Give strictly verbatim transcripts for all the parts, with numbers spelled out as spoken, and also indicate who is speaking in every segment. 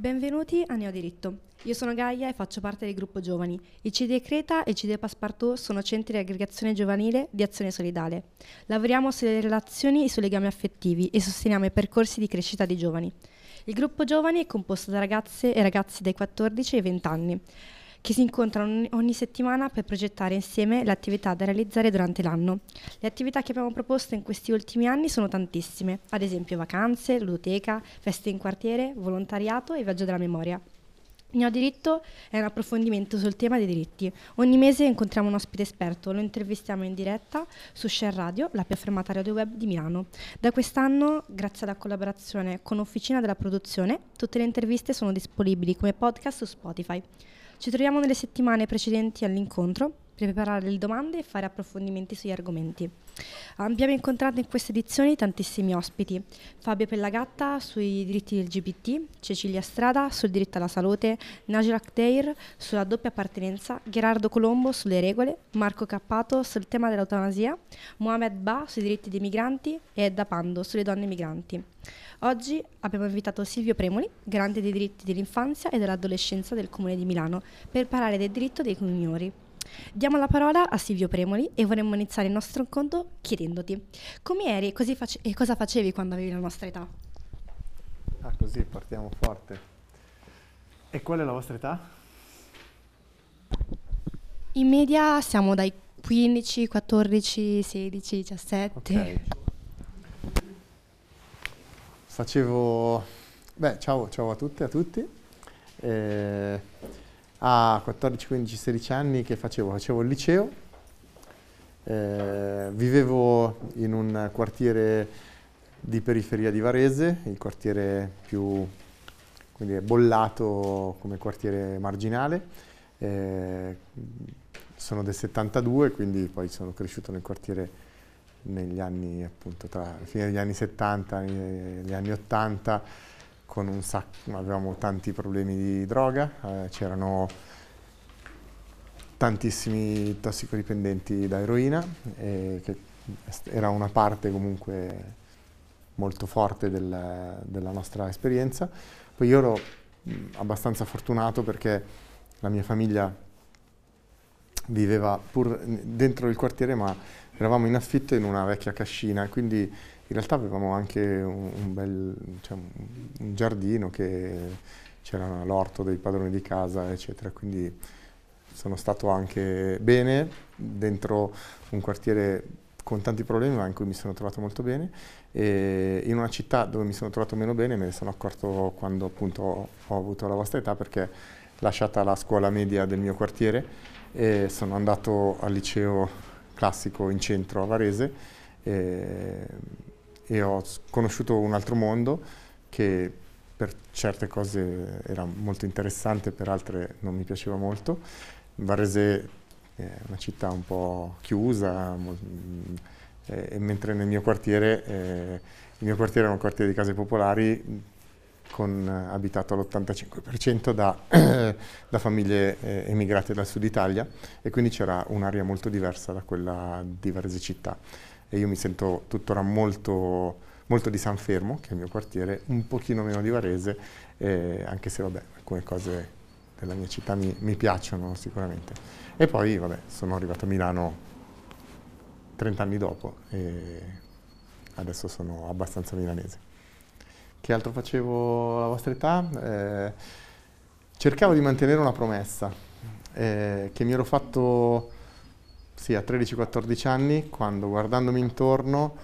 Speaker 1: Benvenuti a Neodiritto. Io sono Gaia e faccio parte del gruppo Giovani. Il C D Creta e il C D Passepartout sono centri di aggregazione giovanile di azione solidale. Lavoriamo sulle relazioni e sui legami affettivi e sosteniamo i percorsi di crescita dei giovani. Il gruppo Giovani è composto da ragazze e ragazzi dai quattordici ai venti anni, che si incontrano ogni settimana per progettare insieme le attività da realizzare durante l'anno. Le attività che abbiamo proposto in questi ultimi anni sono tantissime, ad esempio vacanze, ludoteca, feste in quartiere, volontariato e viaggio della memoria. Neodiritto è un approfondimento sul tema dei diritti. Ogni mese incontriamo un ospite esperto, lo intervistiamo in diretta su Share Radio, la piattaforma radio web di Milano. Da quest'anno, grazie alla collaborazione con Officina della Produzione, tutte le interviste sono disponibili come podcast su Spotify. Ci troviamo nelle settimane precedenti all'incontro per preparare le domande e fare approfondimenti sugli argomenti. Abbiamo incontrato in queste edizioni tantissimi ospiti: Fabio Pellagatta sui diritti L G B T, Cecilia Strada sul diritto alla salute, Najla Kdeir sulla doppia appartenenza, Gerardo Colombo sulle regole, Marco Cappato sul tema dell'eutanasia, Mohamed Ba sui diritti dei migranti e Edda Pando sulle donne migranti. Oggi abbiamo invitato Silvio Premoli, garante dei diritti dell'infanzia e dell'adolescenza del Comune di Milano, per parlare del diritto dei minori. Diamo la parola a Silvio Premoli e vorremmo iniziare il nostro incontro chiedendoti come eri così face- e cosa facevi quando avevi la nostra età.
Speaker 2: Ah, così partiamo forte. E qual è la vostra età?
Speaker 1: In media siamo dai quindici, quattordici, sedici, diciassette.
Speaker 2: Ok. Facevo... Beh, ciao, ciao a tutte e a tutti. Eh, a quattordici, quindici, sedici anni che facevo? Facevo il liceo. Eh, vivevo in un quartiere di periferia di Varese, il quartiere più, quindi è bollato come quartiere marginale. Eh, sono del settantadue, quindi poi sono cresciuto nel quartiere negli anni, appunto, tra la fine degli anni settanta e gli anni ottanta, con un sacco, avevamo tanti problemi di droga, eh, c'erano tantissimi tossicodipendenti da eroina, eh, che era una parte comunque molto forte del, della nostra esperienza. Poi io ero mh, abbastanza fortunato perché la mia famiglia viveva pur dentro il quartiere, ma eravamo in affitto in una vecchia cascina, quindi in realtà avevamo anche un, un bel, cioè, un giardino, che c'era l'orto dei padroni di casa, eccetera. Quindi sono stato anche bene dentro un quartiere con tanti problemi, ma in cui mi sono trovato molto bene. E in una città dove mi sono trovato meno bene me ne sono accorto quando appunto ho, ho avuto la vostra età, perché lasciata la scuola media del mio quartiere e sono andato al liceo classico in centro a Varese, e, e ho conosciuto un altro mondo che per certe cose era molto interessante, per altre non mi piaceva molto. Varese è una città un po' chiusa, e, e mentre nel mio quartiere, eh, il mio quartiere era un quartiere di case popolari, con, abitato all'ottantacinque per cento da, da famiglie eh, emigrate dal sud Italia, e quindi c'era un'aria molto diversa da quella di Varese città. E io mi sento tuttora molto, molto di San Fermo, che è il mio quartiere, un pochino meno di Varese, eh, anche se vabbè, alcune cose della mia città mi, mi piacciono sicuramente. E poi vabbè, sono arrivato a Milano trenta anni dopo e adesso sono abbastanza milanese. Che altro facevo alla vostra età? Eh, cercavo di mantenere una promessa eh, che mi ero fatto sì, a tredici quattordici anni, quando, guardandomi intorno,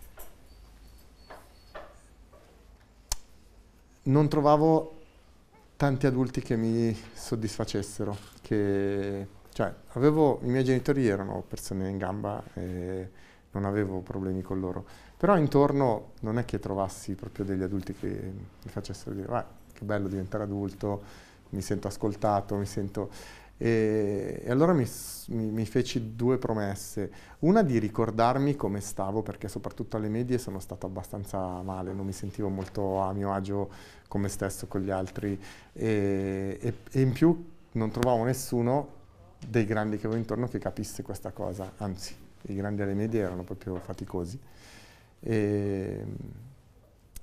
Speaker 2: non trovavo tanti adulti che mi soddisfacessero. Che, cioè, avevo, i miei genitori erano persone in gamba e non avevo problemi con loro. Però intorno non è che trovassi proprio degli adulti che mi facessero dire ah, che bello diventare adulto, mi sento ascoltato, mi sento... E, e allora mi, mi, mi feci due promesse. Una di ricordarmi come stavo, perché soprattutto alle medie sono stato abbastanza male, non mi sentivo molto a mio agio con me stesso, con gli altri, e, e, e in più non trovavo nessuno dei grandi che avevo intorno che capisse questa cosa, anzi i grandi alle medie erano proprio faticosi. E,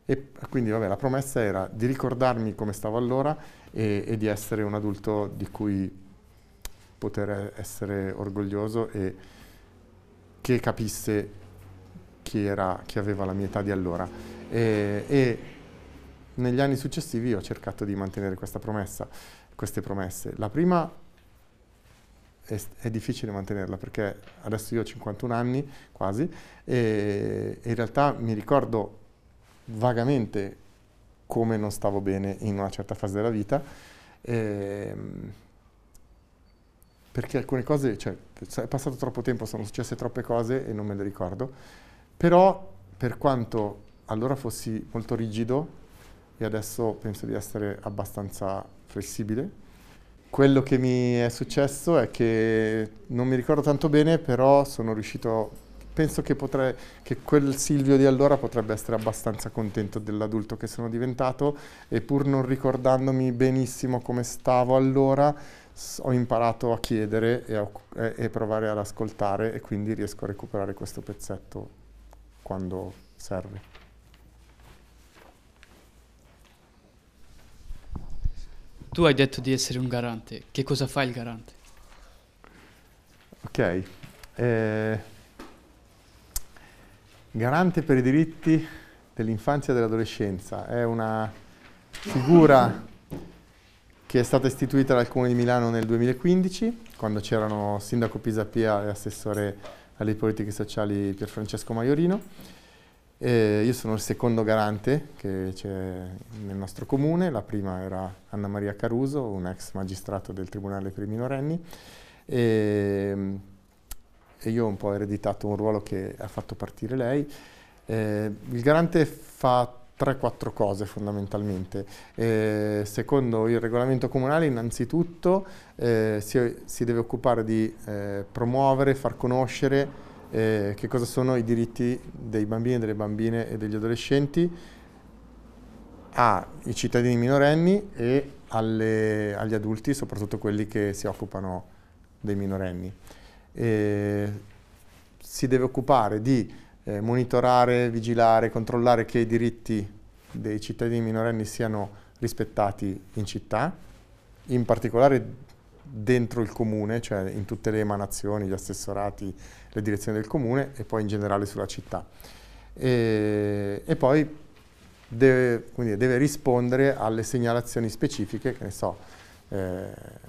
Speaker 2: E quindi vabbè, la promessa era di ricordarmi come stavo allora e, e di essere un adulto di cui poter essere orgoglioso e che capisse chi, era, chi aveva la mia età di allora. E, e negli anni successivi ho cercato di mantenere questa promessa, queste promesse. La prima è, è difficile mantenerla perché adesso io ho cinquantuno anni quasi e in realtà mi ricordo vagamente come non stavo bene in una certa fase della vita, ehm, perché alcune cose, cioè è passato troppo tempo, sono successe troppe cose e non me le ricordo, però per quanto allora fossi molto rigido e adesso penso di essere abbastanza flessibile, quello che mi è successo è che non mi ricordo tanto bene, però sono riuscito. Penso che, potrei, che quel Silvio di allora potrebbe essere abbastanza contento dell'adulto che sono diventato e pur non ricordandomi benissimo come stavo allora, ho imparato a chiedere e, a, e, e provare ad ascoltare e quindi riesco a recuperare questo pezzetto quando serve.
Speaker 3: Tu hai detto di essere un garante. Che cosa fa il garante?
Speaker 2: Ok. Eh... Garante per i diritti dell'infanzia e dell'adolescenza è una figura che è stata istituita dal Comune di Milano nel duemilaquindici, quando c'erano sindaco Pisapia e assessore alle politiche sociali Pierfrancesco Maiorino. E io sono il secondo garante che c'è nel nostro comune, la prima era Anna Maria Caruso, un ex magistrato del Tribunale per i minorenni. E, e io ho un po' ereditato un ruolo che ha fatto partire lei. Eh, il garante fa tre quattro cose fondamentalmente. Eh, secondo il regolamento comunale innanzitutto eh, si, si deve occupare di eh, promuovere, far conoscere eh, che cosa sono i diritti dei bambini, delle bambine e degli adolescenti ai cittadini minorenni e alle, agli adulti, soprattutto quelli che si occupano dei minorenni. Eh, si deve occupare di eh, monitorare, vigilare, controllare che i diritti dei cittadini minorenni siano rispettati in città, in particolare dentro il comune, cioè in tutte le emanazioni, gli assessorati, le direzioni del comune e poi in generale sulla città. E, e poi deve, quindi deve rispondere alle segnalazioni specifiche, che ne so, eh,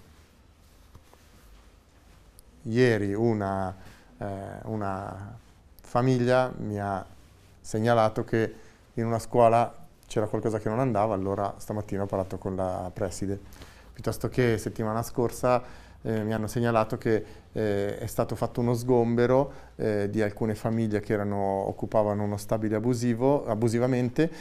Speaker 2: ieri una, eh, una famiglia mi ha segnalato che in una scuola c'era qualcosa che non andava, allora stamattina ho parlato con la preside. Piuttosto che settimana scorsa eh, mi hanno segnalato che eh, è stato fatto uno sgombero eh, di alcune famiglie che erano, occupavano uno stabile abusivo, abusivamente,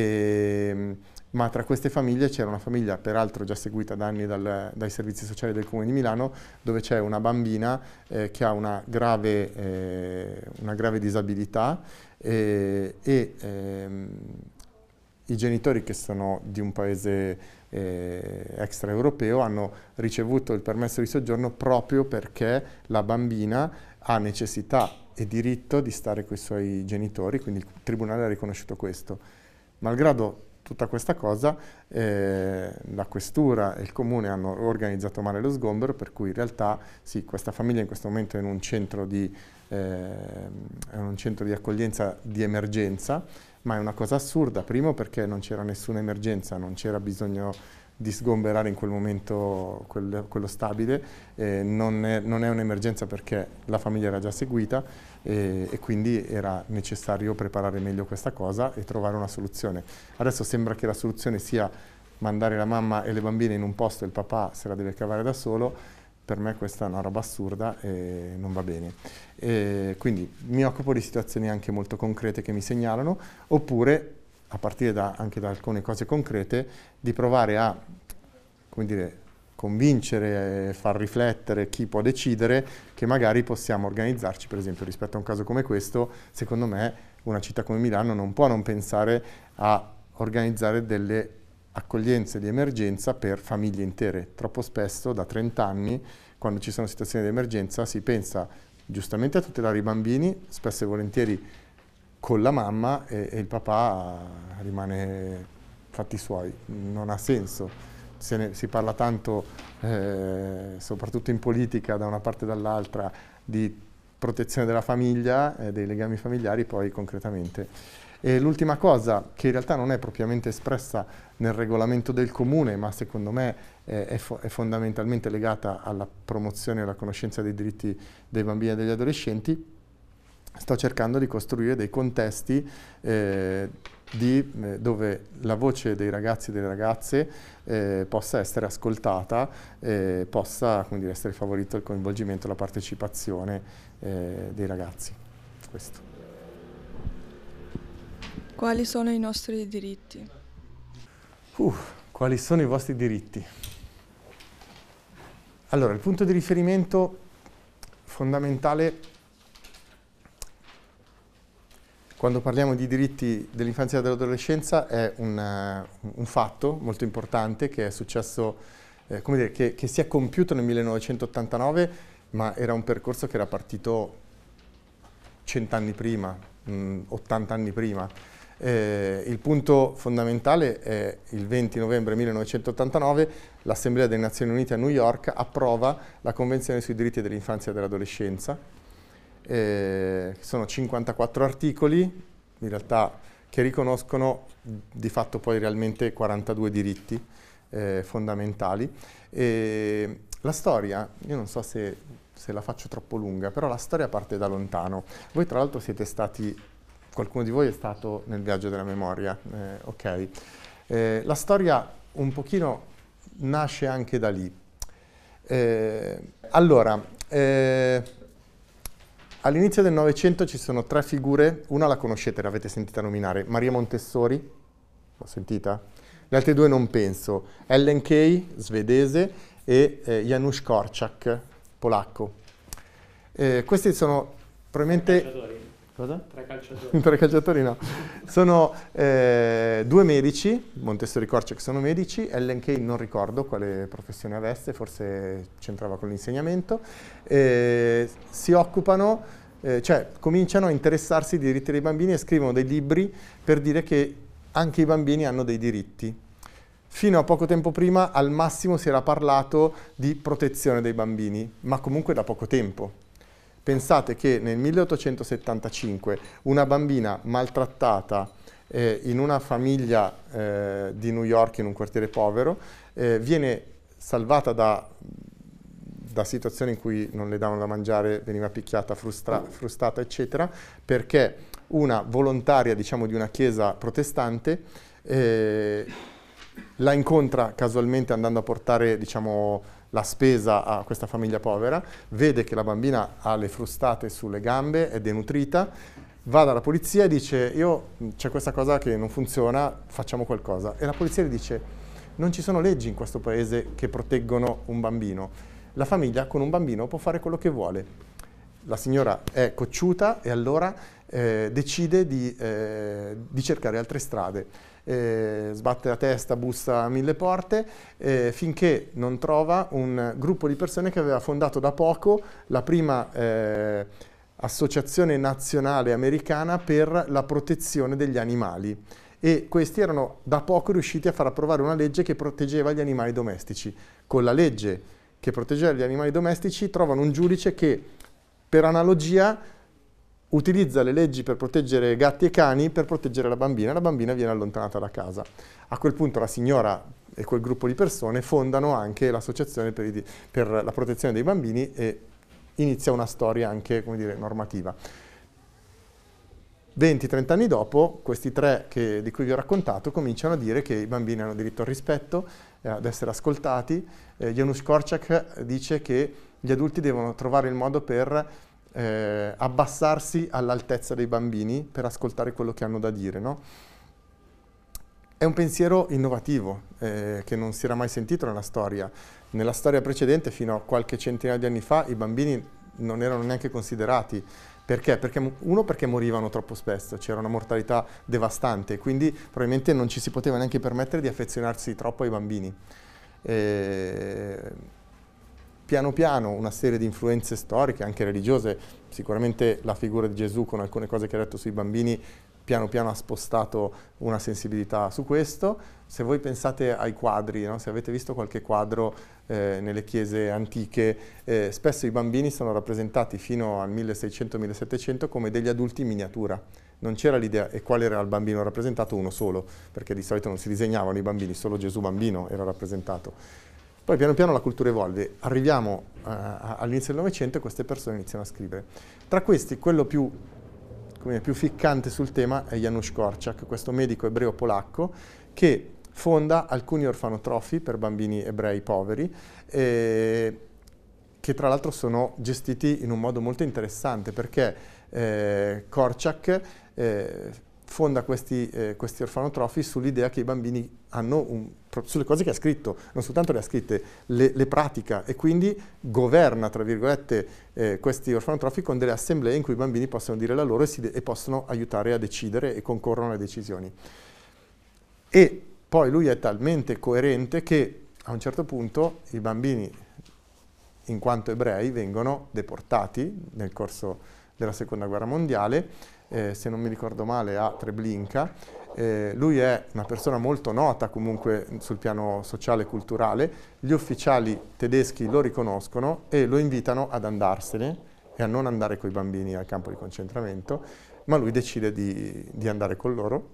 Speaker 2: e, ma tra queste famiglie c'era una famiglia, peraltro già seguita da anni dal, dai servizi sociali del Comune di Milano, dove c'è una bambina eh, che ha una grave, eh, una grave disabilità eh, e ehm, i genitori, che sono di un paese eh, extraeuropeo, hanno ricevuto il permesso di soggiorno proprio perché la bambina ha necessità e diritto di stare con i suoi genitori, quindi il Tribunale ha riconosciuto questo. Malgrado tutta questa cosa, eh, la Questura e il Comune hanno organizzato male lo sgombero, per cui in realtà sì, questa famiglia in questo momento è in un centro di, eh, è in un centro di accoglienza di emergenza, ma è una cosa assurda, primo perché non c'era nessuna emergenza, non c'era bisogno di sgomberare in quel momento quel, quello stabile, eh, non è, non è un'emergenza perché la famiglia era già seguita eh, e quindi era necessario preparare meglio questa cosa e trovare una soluzione. Adesso sembra che la soluzione sia mandare la mamma e le bambine in un posto e il papà se la deve cavare da solo. Per me questa è una roba assurda e non va bene. E quindi mi occupo di situazioni anche molto concrete che mi segnalano, oppure, a partire da, anche da alcune cose concrete, di provare a, come dire, convincere e far riflettere chi può decidere che magari possiamo organizzarci, per esempio rispetto a un caso come questo, secondo me una città come Milano non può non pensare a organizzare delle accoglienze di emergenza per famiglie intere. Troppo spesso, da trenta anni, quando ci sono situazioni di emergenza, si pensa giustamente a tutelare i bambini, spesso e volentieri con la mamma e, e il papà rimane fatti suoi. Non ha senso. Se ne, si parla tanto, eh, soprattutto in politica, da una parte e dall'altra, di protezione della famiglia, eh, dei legami familiari, poi concretamente. E l'ultima cosa, che in realtà non è propriamente espressa nel regolamento del comune, ma secondo me eh, è, fo è fondamentalmente legata alla promozione e alla conoscenza dei diritti dei bambini e degli adolescenti, sto cercando di costruire dei contesti eh, di, eh, dove la voce dei ragazzi e delle ragazze eh, possa essere ascoltata, eh, possa, come dire, essere favorito il coinvolgimento e la partecipazione eh, dei ragazzi. Questo.
Speaker 4: Quali sono i nostri diritti?
Speaker 2: Uh, quali sono i vostri diritti? Allora, il punto di riferimento fondamentale quando parliamo di diritti dell'infanzia e dell'adolescenza è un, uh, un fatto molto importante che è successo, eh, come dire, che, che si è compiuto nel millenovecentottantanove, ma era un percorso che era partito cent'anni prima, mh, ottanta anni prima. Eh, il punto fondamentale è il venti novembre millenovecentottantanove, l'Assemblea delle Nazioni Unite a New York approva la Convenzione sui diritti dell'infanzia e dell'adolescenza. Eh, sono cinquantaquattro articoli, in realtà, che riconoscono di fatto poi realmente quarantadue diritti eh, fondamentali. E la storia, io non so se, se la faccio troppo lunga, però la storia parte da lontano. Voi tra l'altro siete stati... Qualcuno di voi è stato nel viaggio della memoria, eh, ok. Eh, la storia un pochino nasce anche da lì. Eh, allora, eh, all'inizio del Novecento ci sono tre figure, una la conoscete, l'avete sentita nominare, Maria Montessori, l'ho sentita? Le altre due non penso, Ellen Key, svedese, e eh, Janusz Korczak, polacco. Eh, questi sono probabilmente... Cosa?
Speaker 3: Tre calciatori.
Speaker 2: Tre calciatori no. Sono eh, due medici, Montessori e Korczak sono medici, Ellen Key non ricordo quale professione avesse, forse c'entrava con l'insegnamento, eh, si occupano, eh, cioè cominciano a interessarsi dei diritti dei bambini e scrivono dei libri per dire che anche i bambini hanno dei diritti. Fino a poco tempo prima al massimo si era parlato di protezione dei bambini, ma comunque da poco tempo. Pensate che nel milleottocentosettantacinque una bambina maltrattata eh, in una famiglia eh, di New York, in un quartiere povero, eh, viene salvata da, da situazioni in cui non le davano da mangiare, veniva picchiata, frustra, frustata, eccetera, perché una volontaria, diciamo, di una chiesa protestante eh, la incontra casualmente andando a portare, diciamo, la spesa a questa famiglia povera, vede che la bambina ha le frustate sulle gambe, è denutrita, va dalla polizia e dice io c'è questa cosa che non funziona, facciamo qualcosa. E la polizia gli dice non ci sono leggi in questo paese che proteggono un bambino, la famiglia con un bambino può fare quello che vuole. La signora è cocciuta e allora eh, decide di, eh, di cercare altre strade. Eh, sbatte la testa, bussa a mille porte, eh, finché non trova un gruppo di persone che aveva fondato da poco la prima eh, associazione nazionale americana per la protezione degli animali. E questi erano da poco riusciti a far approvare una legge che proteggeva gli animali domestici. Con la legge che proteggeva gli animali domestici trovano un giudice che, per analogia, utilizza le leggi per proteggere gatti e cani per proteggere la bambina, la bambina viene allontanata da casa. A quel punto la signora e quel gruppo di persone fondano anche l'associazione per, per la protezione dei bambini e inizia una storia anche, come dire, normativa. venti trenta anni dopo, questi tre che, di cui vi ho raccontato cominciano a dire che i bambini hanno diritto al rispetto, eh, ad essere ascoltati. Eh, Janusz Korczak dice che gli adulti devono trovare il modo per Eh, abbassarsi all'altezza dei bambini per ascoltare quello che hanno da dire, no? È un pensiero innovativo eh, che non si era mai sentito nella storia. Nella storia precedente, fino a qualche centinaio di anni fa, i bambini non erano neanche considerati. Perché? Perché uno, perché morivano troppo spesso, c'era una mortalità devastante, quindi probabilmente non ci si poteva neanche permettere di affezionarsi troppo ai bambini. Eh, piano piano una serie di influenze storiche, anche religiose, sicuramente la figura di Gesù con alcune cose che ha detto sui bambini, piano piano ha spostato una sensibilità su questo. Se voi pensate ai quadri, no? Se avete visto qualche quadro eh, nelle chiese antiche, eh, spesso i bambini sono rappresentati fino al milleseicento millesettecento come degli adulti in miniatura. Non c'era l'idea, e quale era il bambino rappresentato? Uno solo, perché di solito non si disegnavano i bambini, solo Gesù bambino era rappresentato. Poi piano piano la cultura evolve, arriviamo uh, all'inizio del Novecento e queste persone iniziano a scrivere. Tra questi, quello più, come, più ficcante sul tema è Janusz Korczak, questo medico ebreo polacco che fonda alcuni orfanotrofi per bambini ebrei poveri, eh, che tra l'altro sono gestiti in un modo molto interessante, perché eh, Korczak eh, fonda questi, eh, questi orfanotrofi sull'idea che i bambini hanno, un, sulle cose che ha scritto, non soltanto le ha scritte, le, le pratica, e quindi governa, tra virgolette, eh, questi orfanotrofi con delle assemblee in cui i bambini possono dire la loro e, si de- e possono aiutare a decidere e concorrono alle decisioni. E poi lui è talmente coerente che a un certo punto i bambini, in quanto ebrei, vengono deportati nel corso della Seconda Guerra Mondiale. Eh, se non mi ricordo male a Treblinka. Eh, lui è una persona molto nota comunque sul piano sociale e culturale, gli ufficiali tedeschi lo riconoscono e lo invitano ad andarsene e a non andare coi bambini al campo di concentramento, ma lui decide di, di andare con loro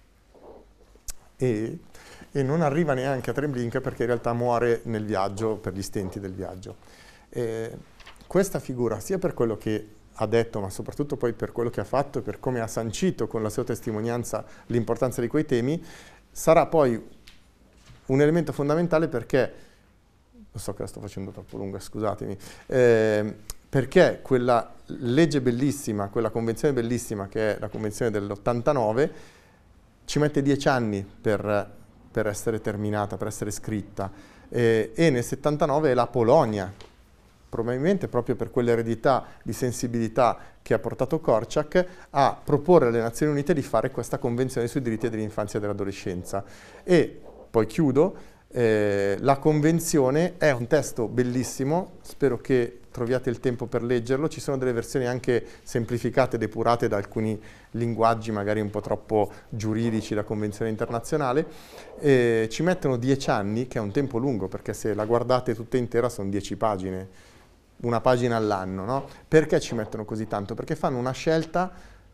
Speaker 2: e, e non arriva neanche a Treblinka perché in realtà muore nel viaggio, per gli stenti del viaggio. Eh, questa figura, sia per quello che ha detto, ma soprattutto poi per quello che ha fatto e per come ha sancito con la sua testimonianza l'importanza di quei temi, sarà poi un elemento fondamentale perché, lo so che la sto facendo troppo lunga, scusatemi, eh, perché quella legge bellissima, quella convenzione bellissima che è la convenzione dell'ottantanove, ci mette dieci anni per, per essere terminata, per essere scritta, eh, e nel settantanove è la Polonia, probabilmente proprio per quell'eredità di sensibilità che ha portato Korczak a proporre alle Nazioni Unite di fare questa convenzione sui diritti dell'infanzia e dell'adolescenza. E poi chiudo, eh, la convenzione è un testo bellissimo, spero che troviate il tempo per leggerlo, ci sono delle versioni anche semplificate, depurate da alcuni linguaggi magari un po' troppo giuridici da convenzione internazionale, eh, ci mettono dieci anni, che è un tempo lungo, perché se la guardate tutta intera sono dieci pagine, una pagina all'anno, no? Perché ci mettono così tanto? Perché fanno una scelta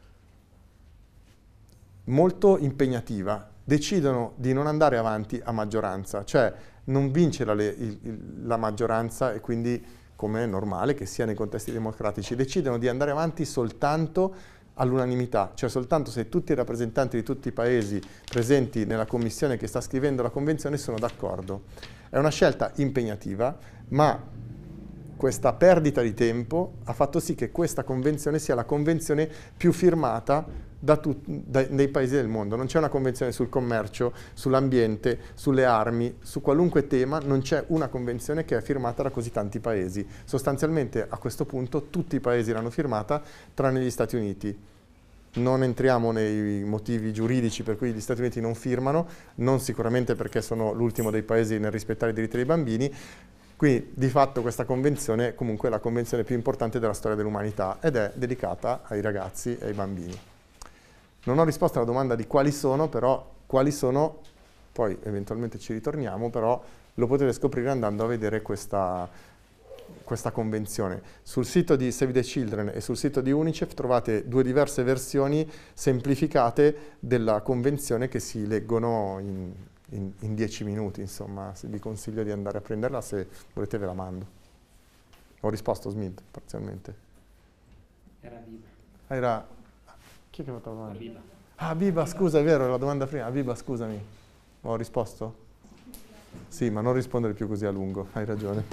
Speaker 2: molto impegnativa, decidono di non andare avanti a maggioranza, cioè non vince la, il, il, la maggioranza, e quindi, come è normale che sia nei contesti democratici, decidono di andare avanti soltanto all'unanimità, cioè soltanto se tutti i rappresentanti di tutti i paesi presenti nella commissione che sta scrivendo la convenzione sono d'accordo. È una scelta impegnativa, ma questa perdita di tempo ha fatto sì che questa convenzione sia la convenzione più firmata da tut- da, dai paesi del mondo. Non c'è una convenzione sul commercio, sull'ambiente, sulle armi, su qualunque tema, non c'è una convenzione che è firmata da così tanti paesi. Sostanzialmente a questo punto tutti i paesi l'hanno firmata, tranne gli Stati Uniti. Non entriamo nei motivi giuridici per cui gli Stati Uniti non firmano, non sicuramente perché sono l'ultimo dei paesi nel rispettare i diritti dei bambini. Quindi di fatto questa convenzione è comunque la convenzione più importante della storia dell'umanità ed è dedicata ai ragazzi e ai bambini. Non ho risposto alla domanda di quali sono, però quali sono, poi eventualmente ci ritorniamo, però lo potete scoprire andando a vedere questa, questa convenzione. Sul sito di Save the Children e sul sito di UNICEF trovate due diverse versioni semplificate della convenzione che si leggono in In, in dieci minuti, insomma, se vi consiglio di andare a prenderla, se volete ve la mando. Ho risposto Smith, parzialmente.
Speaker 5: Era Biba.
Speaker 2: Era... Chi è che ha fatto la domanda?
Speaker 5: Biba.
Speaker 2: Ah, Biba, scusa, è vero, la domanda prima. Biba, scusami. Ho risposto? Sì, ma non rispondere più così a lungo, hai ragione.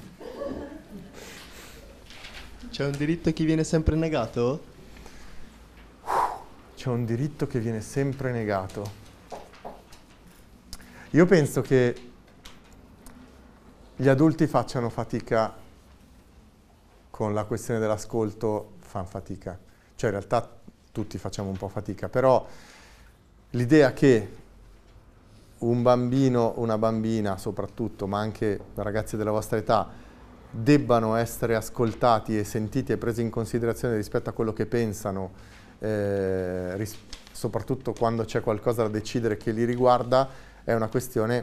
Speaker 6: C'è un diritto che viene sempre negato?
Speaker 2: C'è un diritto che viene sempre negato. Io penso che gli adulti facciano fatica con la questione dell'ascolto, fanno fatica. Cioè in realtà tutti facciamo un po' fatica, però l'idea che un bambino, una bambina soprattutto, ma anche ragazzi della vostra età, debbano essere ascoltati e sentiti e presi in considerazione rispetto a quello che pensano, eh, ris- soprattutto quando c'è qualcosa da decidere che li riguarda, è una questione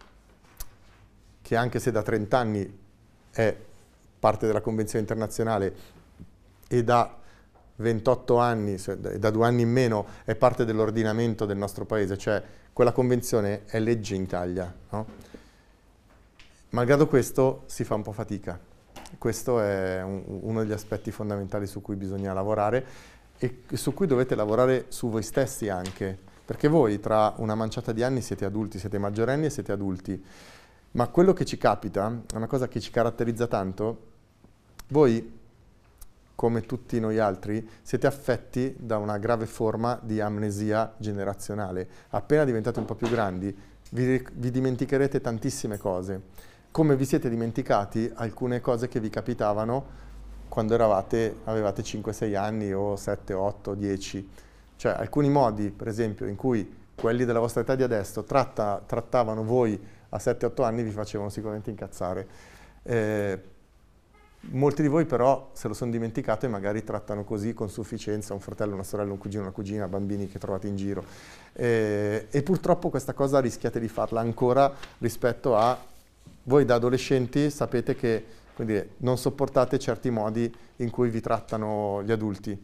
Speaker 2: che, anche se da trenta anni è parte della Convenzione internazionale e da ventotto anni, cioè da due anni in meno, è parte dell'ordinamento del nostro paese, cioè quella convenzione è legge in Italia, no? Malgrado questo si fa un po' fatica. Questo è un, uno degli aspetti fondamentali su cui bisogna lavorare e su cui dovete lavorare su voi stessi anche, perché voi tra una manciata di anni siete adulti, siete maggiorenni e siete adulti, ma quello che ci capita, è una cosa che ci caratterizza tanto, voi, come tutti noi altri, siete affetti da una grave forma di amnesia generazionale. Appena diventate un po' più grandi, vi, vi dimenticherete tantissime cose, come vi siete dimenticati alcune cose che vi capitavano quando eravate, avevate cinque sei anni o sette, otto, dieci. Cioè alcuni modi, per esempio, in cui quelli della vostra età di adesso tratta, trattavano voi a sette otto anni vi facevano sicuramente incazzare. Eh, molti di voi però se lo sono dimenticato e magari trattano così con sufficienza un fratello, una sorella, un cugino, una cugina, bambini che trovate in giro. Eh, e purtroppo questa cosa rischiate di farla ancora rispetto a voi da adolescenti. Sapete che, come dire, non sopportate certi modi in cui vi trattano gli adulti,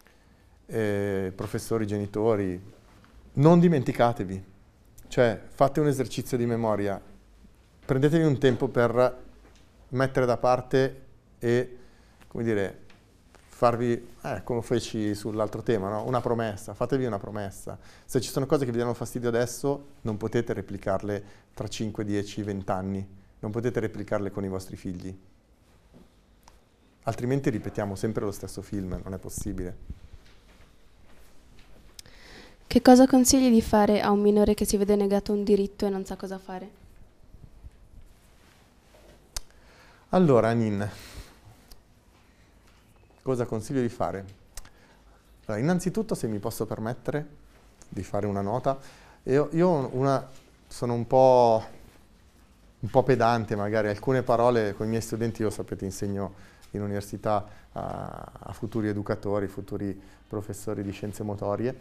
Speaker 2: eh, professori, genitori. Non dimenticatevi, cioè fate un esercizio di memoria, prendetevi un tempo per mettere da parte e, come dire, farvi, eh, come feci sull'altro tema, no? Una promessa, fatevi una promessa. Se ci sono cose che vi danno fastidio adesso, non potete replicarle tra cinque, dieci, venti anni. Non potete replicarle con i vostri figli. Altrimenti ripetiamo sempre lo stesso film, non è possibile.
Speaker 7: Che cosa consigli di fare a un minore che si vede negato un diritto e non sa cosa fare?
Speaker 2: Allora, Anin, cosa consiglio di fare? Allora, innanzitutto, se mi posso permettere di fare una nota, io, io una, sono un po'... un po' pedante magari, alcune parole con i miei studenti, io sapete insegno in università a, a futuri educatori, futuri professori di scienze motorie,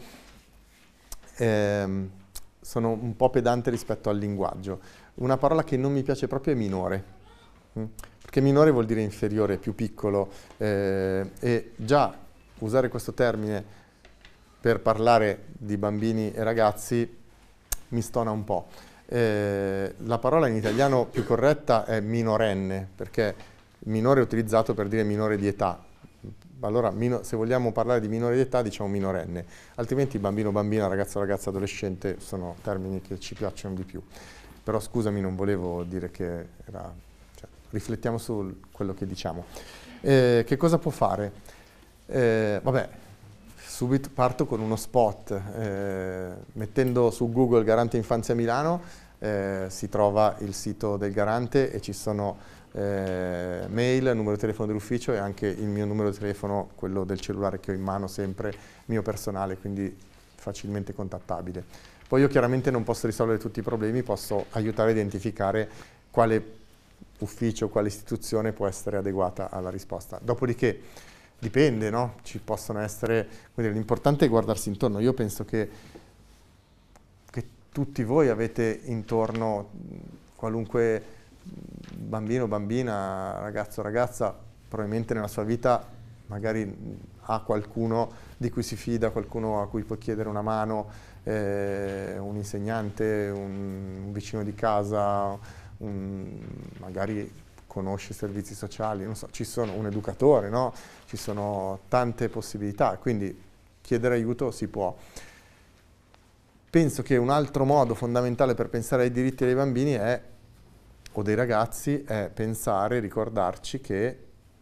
Speaker 2: ehm, sono un po' pedante rispetto al linguaggio. Una parola che non mi piace proprio è minore, mh? Perché minore vuol dire inferiore, più piccolo, eh, e già usare questo termine per parlare di bambini e ragazzi mi stona un po'. Eh, la parola in italiano più corretta è minorenne, perché minore è utilizzato per dire minore di età. Allora, mino, se vogliamo parlare di minore di età, diciamo minorenne, altrimenti bambino, bambina, ragazzo, ragazza, adolescente sono termini che ci piacciono di più. Però scusami, non volevo dire che era... Cioè, riflettiamo su quello che diciamo. Eh, che cosa può fare? Eh, vabbè, subito parto con uno spot, eh, mettendo su Google Garante Infanzia Milano, eh, si trova il sito del Garante e ci sono eh, mail, numero di telefono dell'ufficio e anche il mio numero di telefono, quello del cellulare che ho in mano sempre, mio personale, quindi facilmente contattabile. Poi io chiaramente non posso risolvere tutti i problemi, posso aiutare a identificare quale ufficio, quale istituzione può essere adeguata alla risposta. Dopodiché, dipende, no? Ci possono essere, l'importante è guardarsi intorno. Io penso che, che tutti voi avete intorno qualunque bambino, bambina, ragazzo, ragazza, probabilmente nella sua vita magari ha qualcuno di cui si fida, qualcuno a cui può chiedere una mano, eh, un insegnante, un, un vicino di casa, un, magari conosce servizi sociali, non so, ci sono un educatore, no? Ci sono tante possibilità, quindi chiedere aiuto si può. Penso che un altro modo fondamentale per pensare ai diritti dei bambini è, o dei ragazzi, è pensare, ricordarci che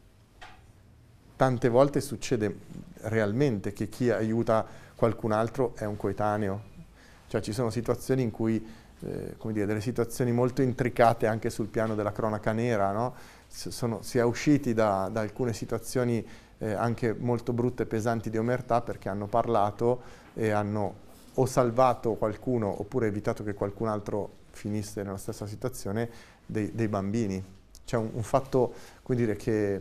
Speaker 2: tante volte succede realmente che chi aiuta qualcun altro è un coetaneo. Cioè ci sono situazioni in cui Eh, come dire, delle situazioni molto intricate anche sul piano della cronaca nera, no? Sono, si è usciti da, da alcune situazioni eh, anche molto brutte e pesanti di omertà perché hanno parlato e hanno o salvato qualcuno oppure evitato che qualcun altro finisse nella stessa situazione dei, dei bambini. c'è un, un fatto, come dire, che,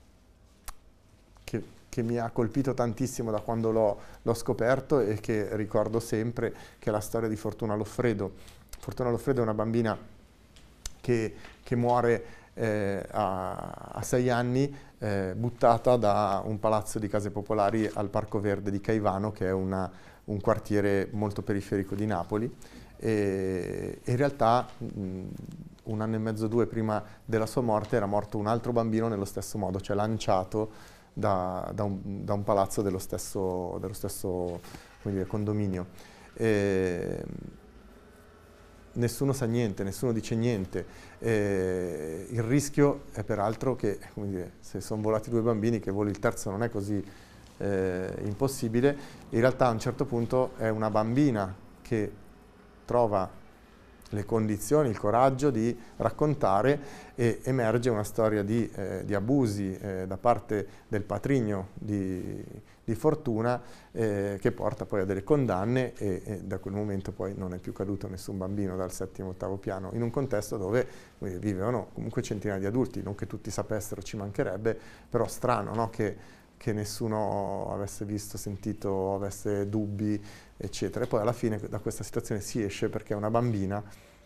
Speaker 2: che, che mi ha colpito tantissimo da quando l'ho scoperto e che ricordo sempre, che è la storia di Fortuna Loffredo. Fortuna Loffredo è una bambina che, che muore eh, a, a sei anni, eh, buttata da un palazzo di case popolari al Parco Verde di Caivano, che è una, un quartiere molto periferico di Napoli. E in realtà mh, un anno e mezzo, due prima della sua morte era morto un altro bambino nello stesso modo, cioè lanciato da, da, un, da un palazzo dello stesso, dello stesso come dire, condominio. E nessuno sa niente, nessuno dice niente. E il rischio è peraltro che, come dire, se sono volati due bambini, che voli il terzo non è così eh, impossibile. In realtà a un certo punto è una bambina che trova le condizioni, il coraggio di raccontare e emerge una storia di, eh, di abusi eh, da parte del patrigno di, di Fortuna eh, che porta poi a delle condanne e, e da quel momento poi non è più caduto nessun bambino dal settimo ottavo piano, in un contesto dove eh, vivevano comunque centinaia di adulti, non che tutti sapessero, ci mancherebbe, però strano, no? che che nessuno avesse visto, sentito, avesse dubbi, eccetera. E poi alla fine da questa situazione si esce perché una bambina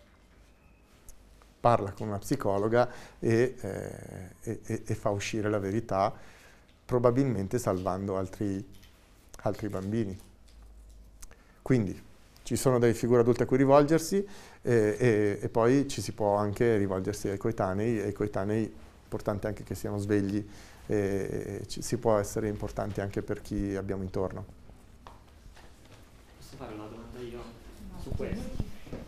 Speaker 2: parla con una psicologa e, eh, e, e fa uscire la verità, probabilmente salvando altri, altri bambini. Quindi ci sono delle figure adulte a cui rivolgersi e, e, e poi ci si può anche rivolgersi ai coetanei, e ai coetanei è importante anche che siano svegli, e ci, si può essere importanti anche per chi abbiamo intorno.
Speaker 5: Posso fare una domanda io su questo?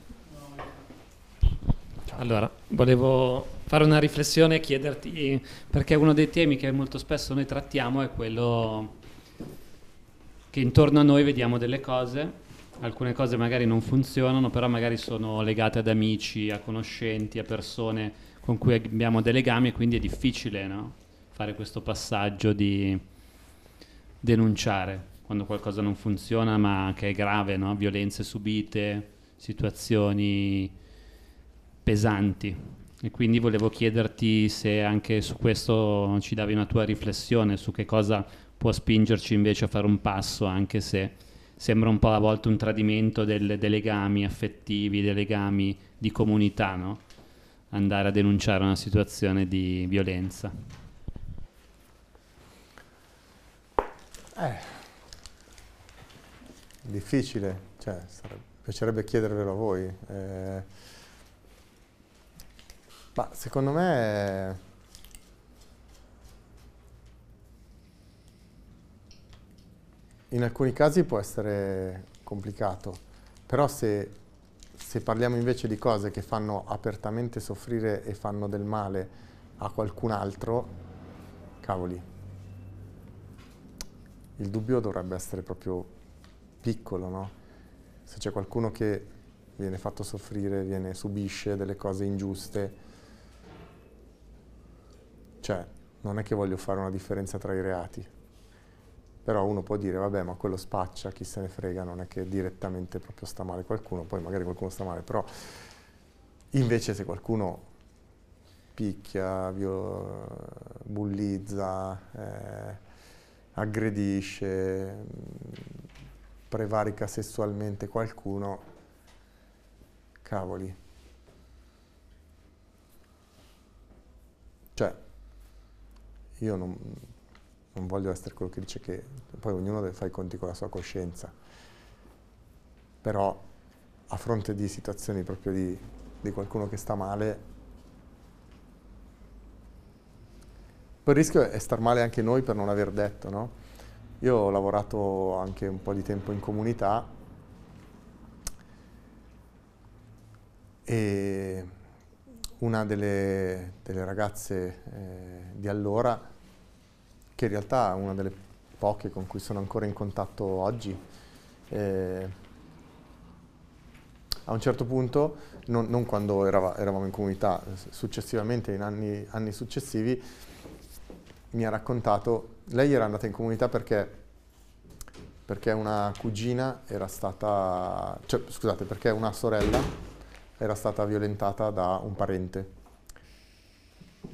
Speaker 8: Allora, volevo fare una riflessione e chiederti, perché uno dei temi che molto spesso noi trattiamo è quello che intorno a noi vediamo delle cose, alcune cose magari non funzionano, però magari sono legate ad amici, a conoscenti, a persone con cui abbiamo dei legami, e quindi è difficile, no? Fare questo passaggio di denunciare quando qualcosa non funziona, ma che è grave, no? Violenze subite, situazioni pesanti. E quindi volevo chiederti se anche su questo ci davi una tua riflessione, su che cosa può spingerci invece a fare un passo, anche se sembra un po' a volte un tradimento del, dei legami affettivi, dei legami di comunità, no? Andare a denunciare una situazione di violenza.
Speaker 2: Eh, difficile, cioè, sarebbe, piacerebbe chiedervelo a voi. Eh, ma secondo me in alcuni casi può essere complicato, però se, se parliamo invece di cose che fanno apertamente soffrire e fanno del male a qualcun altro, cavoli, il dubbio dovrebbe essere proprio piccolo, no? Se c'è qualcuno che viene fatto soffrire, viene, subisce delle cose ingiuste, cioè non è che voglio fare una differenza tra i reati, però uno può dire vabbè, ma quello spaccia, chi se ne frega, non è che direttamente proprio sta male qualcuno, poi magari qualcuno sta male, però invece se qualcuno picchia, bullizza, eh, aggredisce, prevarica sessualmente qualcuno, cavoli. Cioè, io non, non voglio essere quello che dice che poi ognuno deve fare i conti con la sua coscienza, però a fronte di situazioni proprio di, di qualcuno che sta male, poi il rischio è star male anche noi per non aver detto, no? Io ho lavorato anche un po' di tempo in comunità e una delle, delle ragazze eh, di allora, che in realtà è una delle poche con cui sono ancora in contatto oggi, eh, a un certo punto, non, non quando erava, eravamo in comunità, successivamente, in anni, anni successivi, mi ha raccontato, lei era andata in comunità perché, perché una cugina era stata, cioè scusate, perché una sorella era stata violentata da un parente.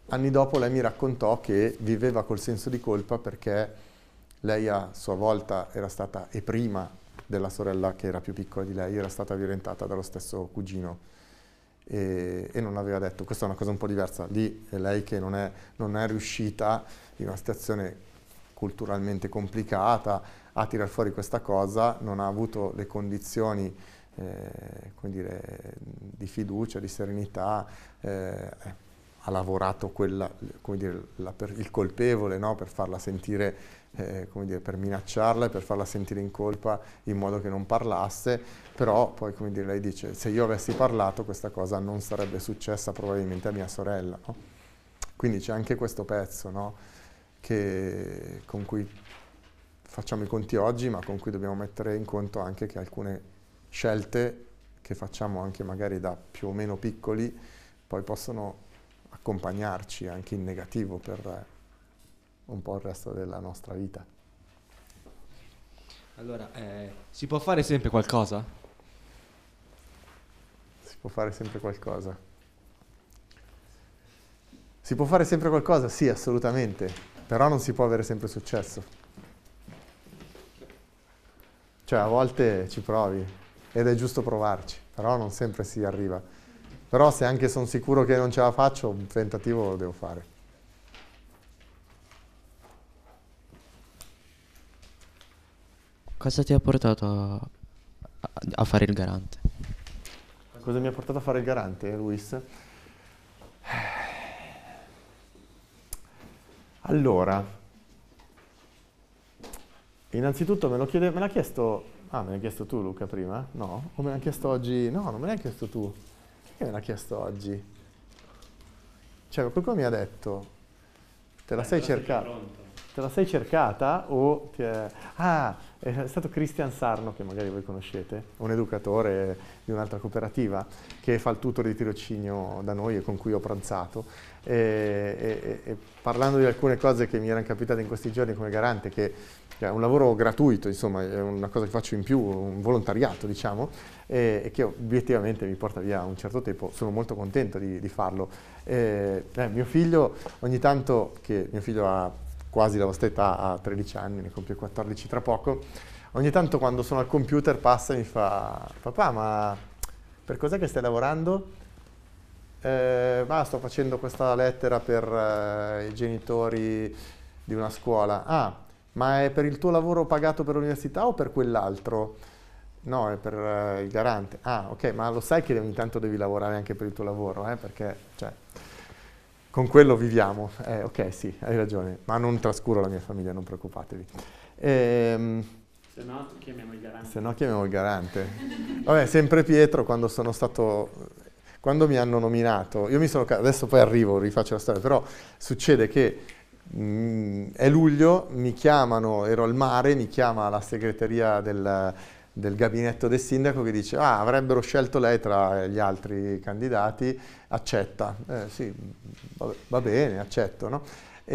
Speaker 2: anni dopo lei mi raccontò che viveva col senso di colpa perché lei a sua volta era stata, e prima della sorella che era più piccola di lei, era stata violentata dallo stesso cugino e, e non l'aveva detto. Questa è una cosa un po' diversa. Lì è lei che non è, non è riuscita, in una situazione culturalmente complicata, a tirar fuori questa cosa, non ha avuto le condizioni eh, come dire, di fiducia, di serenità, eh, ha lavorato quella, come dire, la, per, il colpevole, no? Per farla sentire, eh, come dire, per minacciarla e per farla sentire in colpa in modo che non parlasse, però poi, come dire, lei dice, se io avessi parlato questa cosa non sarebbe successa probabilmente a mia sorella, no? Quindi c'è anche questo pezzo, no? Che, con cui facciamo i conti oggi, ma con cui dobbiamo mettere in conto anche che alcune scelte che facciamo anche magari da più o meno piccoli poi possono accompagnarci anche in negativo per un po' il resto della nostra vita.
Speaker 9: Allora, eh, si può fare sempre qualcosa?
Speaker 2: Si può fare sempre qualcosa. Si può fare sempre qualcosa? Sì, assolutamente, però non si può avere sempre successo. Cioè, a volte ci provi ed è giusto provarci, però non sempre si arriva. Però se anche sono sicuro che non ce la faccio, un tentativo lo devo fare.
Speaker 9: Cosa ti ha portato a, a fare il garante?
Speaker 2: Cosa mi ha portato a fare il garante, Luis? Allora, innanzitutto me lo chiede, me l'ha chiesto, ah me l'hai chiesto tu Luca prima? No? O me l'ha chiesto oggi? No, non me l'hai chiesto tu. Chi me l'ha chiesto oggi? Cioè, qualcuno mi ha detto, te la sei cercata? Te la sei cercata o ti è... Ah, è stato Cristian Sarno, che magari voi conoscete, un educatore di un'altra cooperativa, che fa il tutor di tirocinio da noi e con cui ho pranzato. E, e, e parlando di alcune cose che mi erano capitate in questi giorni come garante, che è un lavoro gratuito, insomma, è una cosa che faccio in più, un volontariato, diciamo, e, e che obiettivamente mi porta via un certo tempo, sono molto contento di, di farlo. E, eh, mio figlio, ogni tanto, che mio figlio ha quasi la vostra età, ha tredici anni, ne compie quattordici tra poco, ogni tanto quando sono al computer passa e mi fa: papà, ma per cos'è che stai lavorando? Eh, ma sto facendo questa lettera per eh, i genitori di una scuola. Ah, ma è per il tuo lavoro pagato per l'università o per quell'altro? No, è per eh, il garante. Ah, ok, ma lo sai che ogni tanto devi lavorare anche per il tuo lavoro, eh? Perché, cioè, con quello viviamo. Eh, ok, sì, hai ragione, ma non trascuro la mia famiglia, non preoccupatevi. Ehm,
Speaker 8: se no, chiamiamo il garante.
Speaker 2: Se no, chiamiamo il garante. Vabbè, sempre Pietro, quando sono stato... Quando mi hanno nominato, io mi sono... Adesso poi arrivo, rifaccio la storia, però succede che mh, è luglio, mi chiamano, ero al mare, mi chiama la segreteria del... del gabinetto del sindaco che dice: ah, avrebbero scelto lei tra gli altri candidati, accetta? Eh, sì, va, va bene, accetto, no?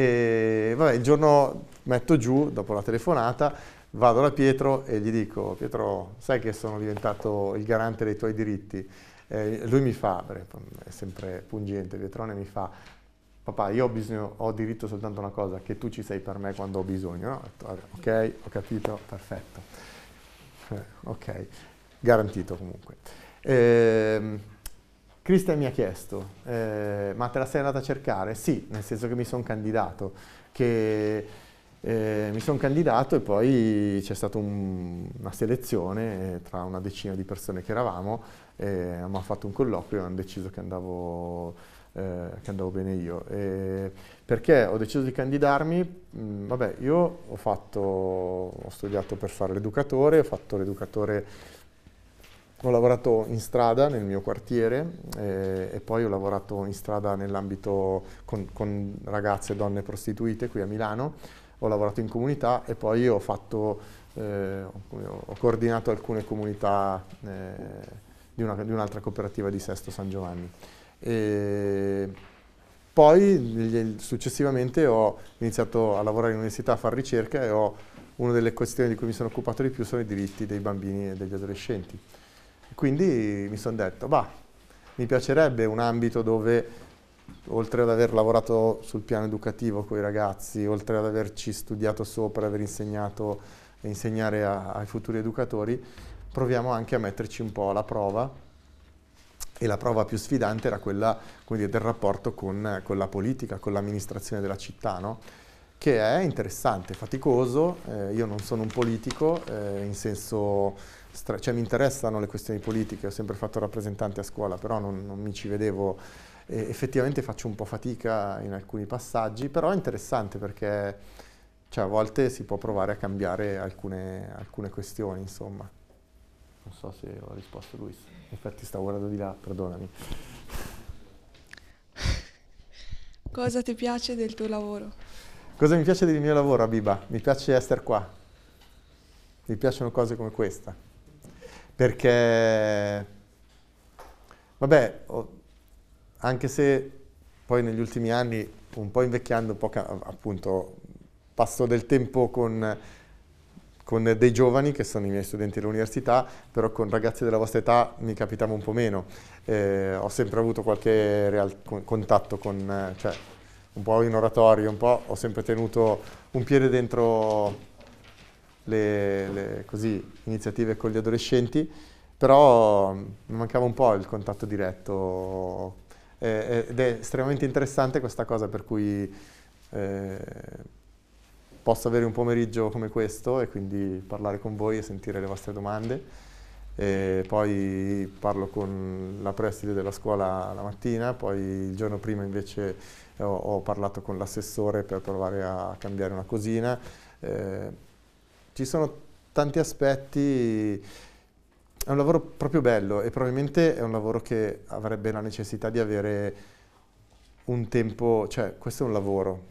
Speaker 2: E vabbè, il giorno metto giù, dopo la telefonata, vado da Pietro e gli dico: Pietro, sai che sono diventato il garante dei tuoi diritti? Eh, lui mi fa, è sempre pungente, Pietrone, mi fa: papà, io ho bisogno, ho diritto soltanto a una cosa, che tu ci sei per me quando ho bisogno, no? Ho detto, ok, ho capito, perfetto. Eh, ok, garantito comunque. Eh, Cristian mi ha chiesto, eh, ma te la sei andata a cercare? Sì, nel senso che mi sono candidato, che eh, mi sono candidato e poi c'è stata un, una selezione tra una decina di persone che eravamo, eh, abbiamo fatto un colloquio e hanno deciso che andavo, eh, che andavo bene io. E perché ho deciso di candidarmi? Mh, vabbè, io ho fatto, ho studiato per fare l'educatore, ho fatto l'educatore, ho lavorato in strada nel mio quartiere eh, e poi ho lavorato in strada nell'ambito con, con ragazze e donne prostituite qui a Milano, ho lavorato in comunità e poi ho fatto, eh, ho coordinato alcune comunità eh, di, una, di un'altra cooperativa di Sesto San Giovanni. E poi successivamente ho iniziato a lavorare in università, a fare ricerca e ho, una delle questioni di cui mi sono occupato di più sono i diritti dei bambini e degli adolescenti. Quindi mi sono detto, bah, mi piacerebbe un ambito dove oltre ad aver lavorato sul piano educativo con i ragazzi, oltre ad averci studiato sopra, aver insegnato e insegnare a, ai futuri educatori, proviamo anche a metterci un po' alla prova, e la prova più sfidante era quella, come dire, del rapporto con, con la politica, con l'amministrazione della città, no? Che è interessante, faticoso. Eh, io non sono un politico, eh, in senso, stra- cioè mi interessano le questioni politiche, ho sempre fatto rappresentante a scuola, però non, non mi ci vedevo, eh, effettivamente faccio un po' fatica in alcuni passaggi, però è interessante perché, cioè, a volte si può provare a cambiare alcune, alcune questioni, insomma. Non so se ho risposto, Luis. Infatti stavo guardando di là, perdonami.
Speaker 4: Cosa ti piace del tuo lavoro?
Speaker 2: Cosa mi piace del mio lavoro, Abiba? Mi piace essere qua. Mi piacciono cose come questa. Perché, vabbè, ho, anche se poi negli ultimi anni, un po' invecchiando, un po' appunto, passo del tempo con, con dei giovani, che sono i miei studenti dell'università, però con ragazzi della vostra età mi capitava un po' meno. Eh, ho sempre avuto qualche real, con, contatto con... Cioè, un po' in oratorio, un po' ho sempre tenuto un piede dentro le, le così, iniziative con gli adolescenti, però mi mancava un po' il contatto diretto, eh, ed è estremamente interessante questa cosa, per cui eh, posso avere un pomeriggio come questo e quindi parlare con voi e sentire le vostre domande. E poi parlo con la preside della scuola la mattina, poi il giorno prima invece ho, ho parlato con l'assessore per provare a cambiare una cosina. Eh, ci sono tanti aspetti, è un lavoro proprio bello e probabilmente è un lavoro che avrebbe la necessità di avere un tempo, cioè questo è un lavoro.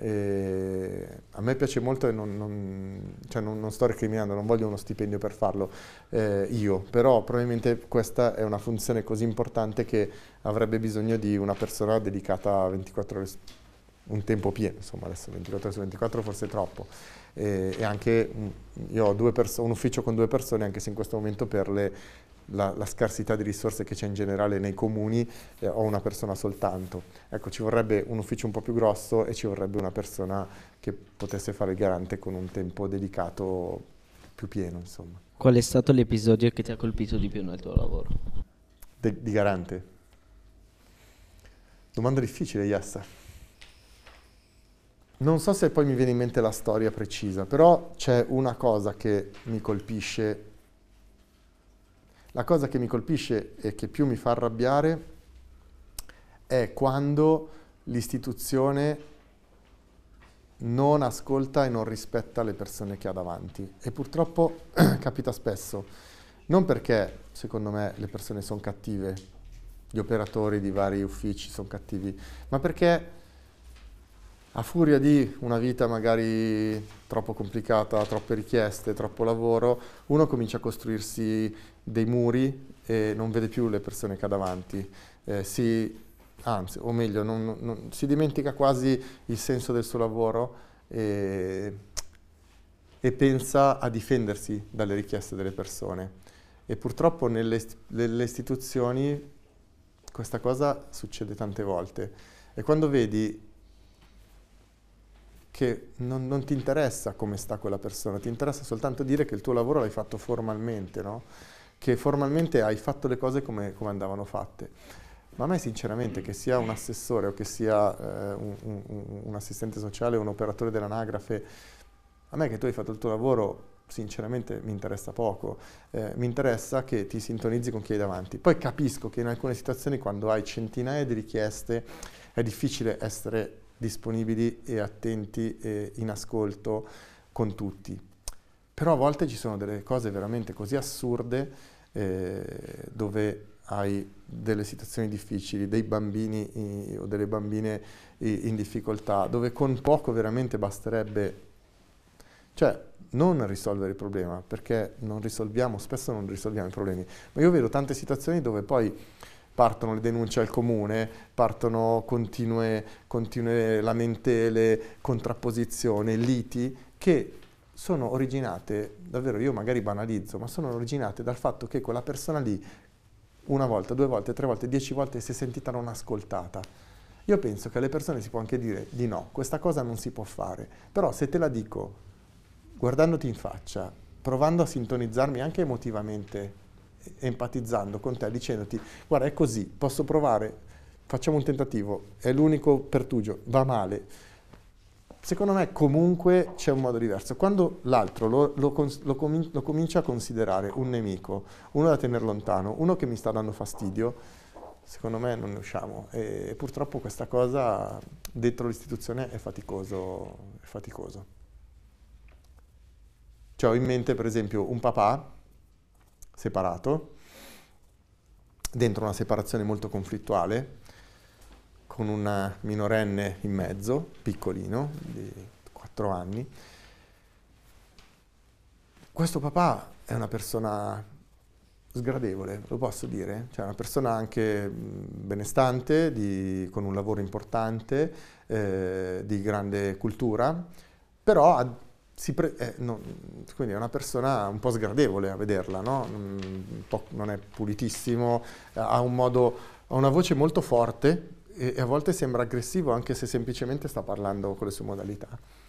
Speaker 2: E a me piace molto e non, non, cioè non, non sto recriminando, non voglio uno stipendio per farlo eh, io, però probabilmente questa è una funzione così importante che avrebbe bisogno di una persona dedicata ventiquattro ore, un tempo pieno, insomma adesso ventiquattro ore su ventiquattro forse è troppo, e, e anche io ho due perso- un ufficio con due persone, anche se in questo momento per le La, la scarsità di risorse che c'è in generale nei comuni, eh, ho una persona soltanto. Ecco, ci vorrebbe un ufficio un po' più grosso e ci vorrebbe una persona che potesse fare il garante con un tempo dedicato più pieno, insomma.
Speaker 5: Qual è stato l'episodio che ti ha colpito di più nel tuo lavoro?
Speaker 2: De- di garante? Domanda difficile, Yassa. Non so se poi mi viene in mente la storia precisa, però c'è una cosa che mi colpisce. La cosa che mi colpisce e che più mi fa arrabbiare è quando l'istituzione non ascolta e non rispetta le persone che ha davanti. E purtroppo capita spesso, non perché secondo me le persone sono cattive, gli operatori di vari uffici sono cattivi, ma perché a furia di una vita magari troppo complicata, troppe richieste, troppo lavoro, uno comincia a costruirsi dei muri e non vede più le persone che ha davanti, eh, si, anzi, o meglio, non, non, si dimentica quasi il senso del suo lavoro e, e pensa a difendersi dalle richieste delle persone. E purtroppo nelle, nelle istituzioni questa cosa succede tante volte. E quando vedi che non, non ti interessa come sta quella persona, ti interessa soltanto dire che il tuo lavoro l'hai fatto formalmente, no? Che formalmente hai fatto le cose come, come andavano fatte. Ma a me sinceramente, che sia un assessore o che sia eh, un, un, un assistente sociale o un operatore dell'anagrafe, a me che tu hai fatto il tuo lavoro sinceramente mi interessa poco, eh, mi interessa che ti sintonizzi con chi hai davanti. Poi capisco che in alcune situazioni, quando hai centinaia di richieste, è difficile essere disponibili e attenti e in ascolto con tutti. Però a volte ci sono delle cose veramente così assurde eh, dove hai delle situazioni difficili, dei bambini i, o delle bambine i, in difficoltà, dove con poco veramente basterebbe, cioè non risolvere il problema, perché non risolviamo, spesso non risolviamo i problemi, ma io vedo tante situazioni dove poi partono le denunce al comune, partono continue, continue lamentele, contrapposizioni, liti, che sono originate, davvero io magari banalizzo, ma sono originate dal fatto che quella persona lì una volta, due volte, tre volte, dieci volte si è sentita non ascoltata. Io penso che alle persone si può anche dire di no, questa cosa non si può fare, però se te la dico guardandoti in faccia, provando a sintonizzarmi anche emotivamente, empatizzando con te, dicendoti guarda è così, posso provare, facciamo un tentativo, è l'unico pertugio, va male, secondo me comunque c'è un modo diverso. Quando l'altro lo, lo, lo, comin lo comincia a considerare un nemico, uno da tenere lontano, uno che mi sta dando fastidio, secondo me non ne usciamo, e purtroppo questa cosa dentro l'istituzione è faticoso, è faticoso. Cioè ho in mente per esempio un papà separato, dentro una separazione molto conflittuale, con una minorenne in mezzo, piccolino, di quattro anni. Questo papà è una persona sgradevole, lo posso dire, cioè una persona anche benestante, di, con un lavoro importante, eh, di grande cultura, però ha, si pre, eh, no, quindi è una persona un po' sgradevole a vederla, no? Un po', non è pulitissimo, ha un modo, ha una voce molto forte e, e a volte sembra aggressivo anche se semplicemente sta parlando con le sue modalità.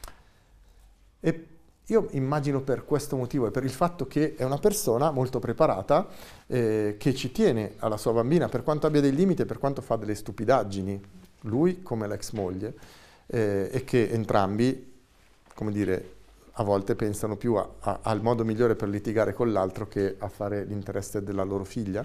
Speaker 2: E io immagino per questo motivo e per il fatto che è una persona molto preparata, eh, che ci tiene alla sua bambina per quanto abbia dei limiti e per quanto fa delle stupidaggini, lui come l'ex moglie, eh, e che entrambi, come dire, a volte pensano più a, a, al modo migliore per litigare con l'altro che a fare l'interesse della loro figlia.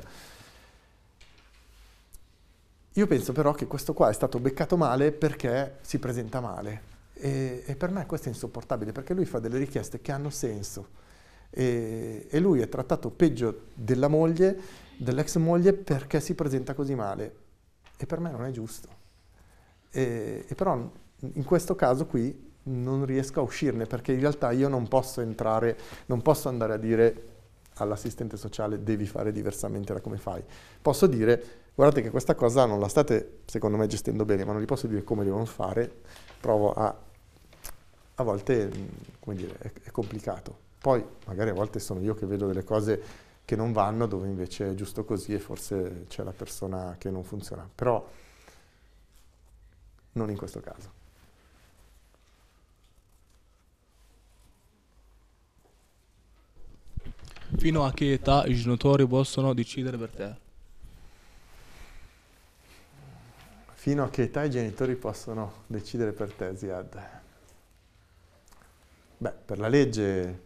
Speaker 2: Io penso però che questo qua è stato beccato male perché si presenta male. E, e per me questo è insopportabile perché lui fa delle richieste che hanno senso e, e lui è trattato peggio della moglie, dell'ex moglie perché si presenta così male e per me non è giusto e, e però in questo caso qui non riesco a uscirne perché in realtà io non posso entrare, non posso andare a dire all'assistente sociale devi fare diversamente da come fai, posso dire guardate che questa cosa non la state secondo me gestendo bene ma non gli posso dire come devono fare, provo a a volte, come dire, è, è complicato. Poi magari a volte sono io che vedo delle cose che non vanno dove invece è giusto così e forse c'è la persona che non funziona. Però non in questo caso.
Speaker 10: Fino a che età i genitori possono decidere per te?
Speaker 2: Fino a che età i genitori possono decidere per te, Ziad? Beh, per la legge,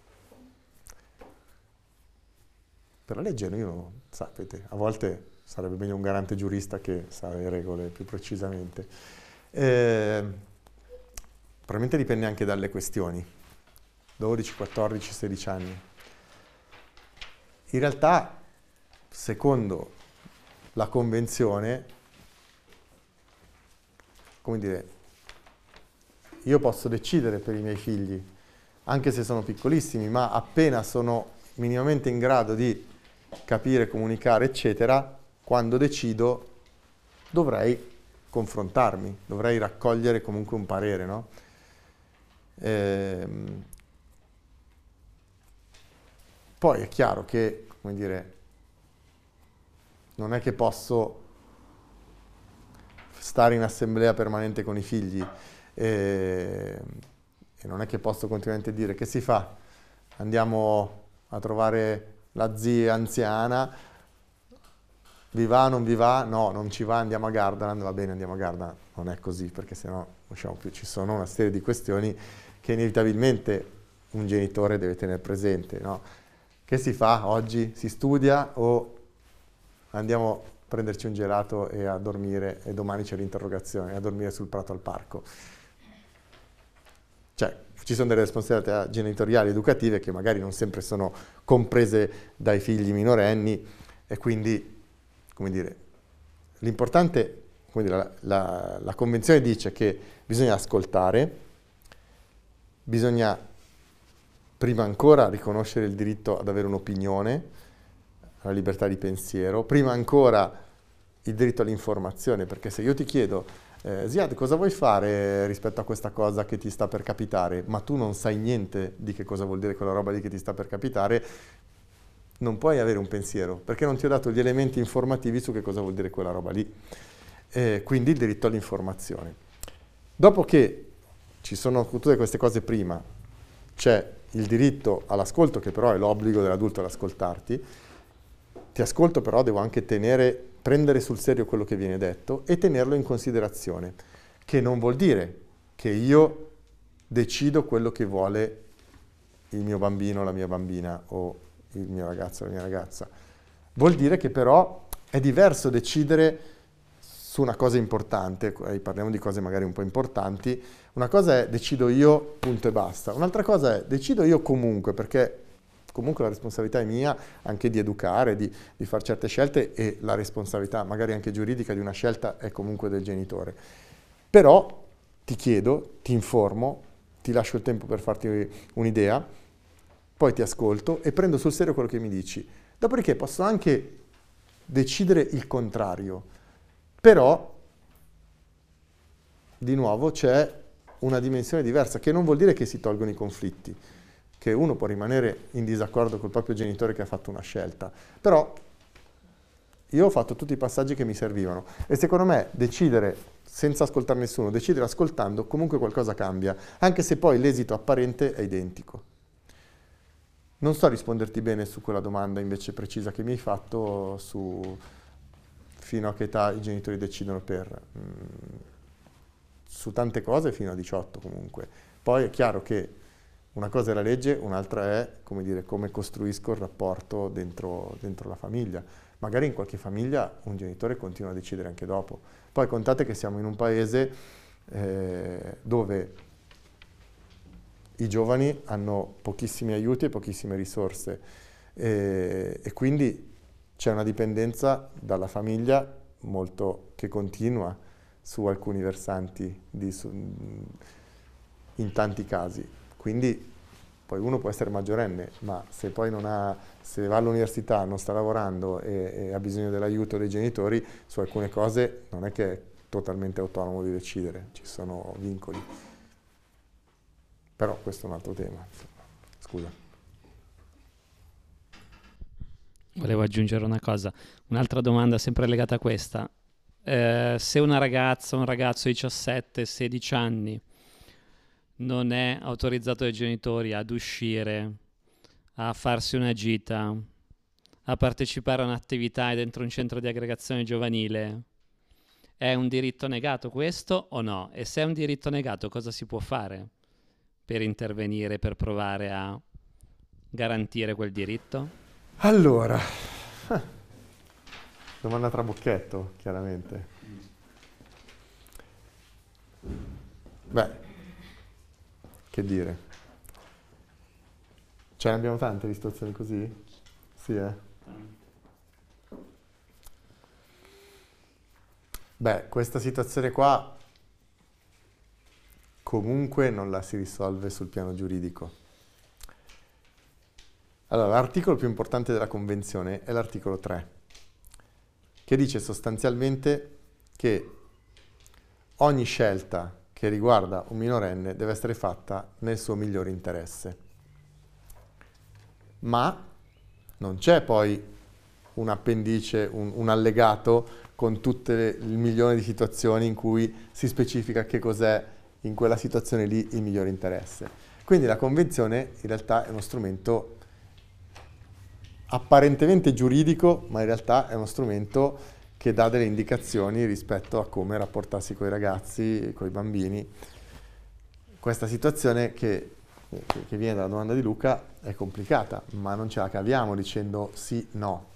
Speaker 2: per la legge io, sapete, a volte sarebbe meglio un garante giurista che sa le regole più precisamente. Eh, probabilmente dipende anche dalle questioni, dodici, quattordici, sedici anni. In realtà, secondo la convenzione, come dire, io posso decidere per i miei figli, anche se sono piccolissimi, ma appena sono minimamente in grado di capire, comunicare, eccetera, quando decido dovrei confrontarmi, dovrei raccogliere comunque un parere, no? Ehm, poi è chiaro che, come dire, non è che posso stare in assemblea permanente con i figli, E, e non è che posso continuamente dire che si fa, andiamo a trovare la zia anziana, vi va, non vi va, no, non ci va, andiamo a Gardaland, va bene, andiamo a Gardaland, non è così perché sennò non usciamo più, ci sono una serie di questioni che inevitabilmente un genitore deve tenere presente, no? Che si fa oggi? Si studia o andiamo a prenderci un gelato e a dormire e domani c'è l'interrogazione, a dormire sul prato al parco? Cioè, ci sono delle responsabilità genitoriali educative che magari non sempre sono comprese dai figli minorenni e quindi, come dire, l'importante, come dire, la, la, la Convenzione dice che bisogna ascoltare, bisogna prima ancora riconoscere il diritto ad avere un'opinione, alla libertà di pensiero, prima ancora il diritto all'informazione, perché se io ti chiedo Eh, Ziad, cosa vuoi fare rispetto a questa cosa che ti sta per capitare? Ma tu non sai niente di che cosa vuol dire quella roba lì che ti sta per capitare, non puoi avere un pensiero, perché non ti ho dato gli elementi informativi su che cosa vuol dire quella roba lì. eh, quindi il diritto all'informazione. Dopo che ci sono tutte queste cose prima, c'è il diritto all'ascolto, che però è l'obbligo dell'adulto ad ascoltarti. Ti ascolto, però devo anche tenere, prendere sul serio quello che viene detto e tenerlo in considerazione, che non vuol dire che io decido quello che vuole il mio bambino, la mia bambina o il mio ragazzo, la mia ragazza. Vuol dire che però è diverso decidere su una cosa importante, parliamo di cose magari un po' importanti. Una cosa è decido io, punto e basta. Un'altra cosa è decido io comunque, perché comunque la responsabilità è mia anche di educare, di, di fare certe scelte, e la responsabilità magari anche giuridica di una scelta è comunque del genitore. Però ti chiedo, ti informo, ti lascio il tempo per farti un'idea, poi ti ascolto e prendo sul serio quello che mi dici. Dopodiché posso anche decidere il contrario, però di nuovo c'è una dimensione diversa, che non vuol dire che si tolgono i conflitti, che uno può rimanere in disaccordo col proprio genitore che ha fatto una scelta, però io ho fatto tutti i passaggi che mi servivano e secondo me decidere senza ascoltare nessuno, decidere ascoltando, comunque qualcosa cambia, anche se poi l'esito apparente è identico. Non so risponderti bene su quella domanda invece precisa che mi hai fatto su fino a che età i genitori decidono per... Mm, su tante cose fino a diciotto comunque. Poi è chiaro che una cosa è la legge, un'altra è, come dire, come costruisco il rapporto dentro, dentro la famiglia. Magari in qualche famiglia un genitore continua a decidere anche dopo. Poi contate che siamo in un paese eh, dove i giovani hanno pochissimi aiuti e pochissime risorse e, e quindi c'è una dipendenza dalla famiglia molto che continua su alcuni versanti, di, su, in tanti casi. Quindi poi uno può essere maggiorenne, ma se poi non ha, se va all'università, non sta lavorando e, e ha bisogno dell'aiuto dei genitori, su alcune cose non è che è totalmente autonomo di decidere, ci sono vincoli. Però questo è un altro tema. Scusa.
Speaker 8: Volevo aggiungere una cosa, un'altra domanda sempre legata a questa. Eh, se una ragazza, un ragazzo di diciassette sedici anni non è autorizzato dai genitori ad uscire, a farsi una gita, a partecipare a un'attività dentro un centro di aggregazione giovanile, è un diritto negato questo o no? E se è un diritto negato, cosa si può fare per intervenire, per provare a garantire quel diritto?
Speaker 2: Allora, domanda trabocchetto, chiaramente. Beh, che dire. Ce ne abbiamo tante di situazioni così? Sì, eh? Beh, questa situazione qua comunque non la si risolve sul piano giuridico. Allora, l'articolo più importante della Convenzione è l'articolo tre, che dice sostanzialmente che ogni scelta che riguarda un minorenne deve essere fatta nel suo migliore interesse. Ma non c'è poi un appendice, un, un allegato con tutte le, il milione di situazioni in cui si specifica che cos'è in quella situazione lì il migliore interesse. Quindi la Convenzione in realtà è uno strumento apparentemente giuridico, ma in realtà è uno strumento che dà delle indicazioni rispetto a come rapportarsi con i ragazzi, con i bambini. Questa situazione che, che viene dalla domanda di Luca è complicata, ma non ce la caviamo dicendo sì, no.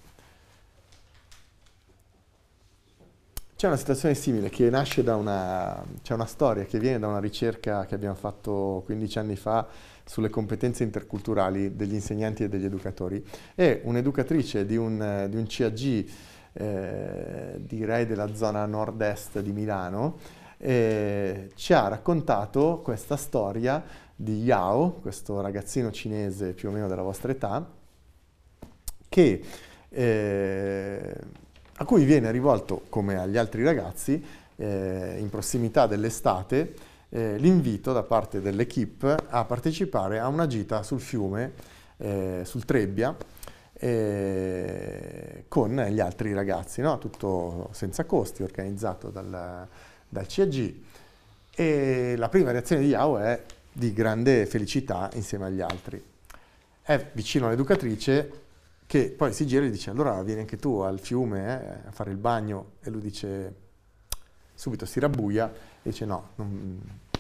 Speaker 2: C'è una situazione simile che nasce da una, c'è una storia che viene da una ricerca che abbiamo fatto quindici anni fa sulle competenze interculturali degli insegnanti e degli educatori, e un'educatrice di un, di un C A G, eh, direi della zona nord-est di Milano, eh, ci ha raccontato questa storia di Yao, questo ragazzino cinese più o meno della vostra età, che... Eh, a cui viene rivolto, come agli altri ragazzi, eh, in prossimità dell'estate, eh, l'invito da parte dell'equipe a partecipare a una gita sul fiume, eh, sul Trebbia, eh, con gli altri ragazzi, no? Tutto senza costi, organizzato dal, dal C A G. E la prima reazione di Yao è di grande felicità insieme agli altri. È vicino all'educatrice che poi si gira e dice: allora vieni anche tu al fiume eh, a fare il bagno, e lui dice, subito si rabbuia e dice no, non,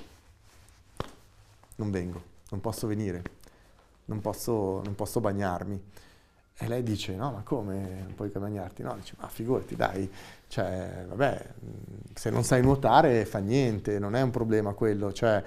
Speaker 2: non vengo, non posso venire, non posso, non posso bagnarmi. E lei dice no, ma come non puoi bagnarti? No, dice ma figurati dai, cioè vabbè, se non sai nuotare fa niente, non è un problema quello, cioè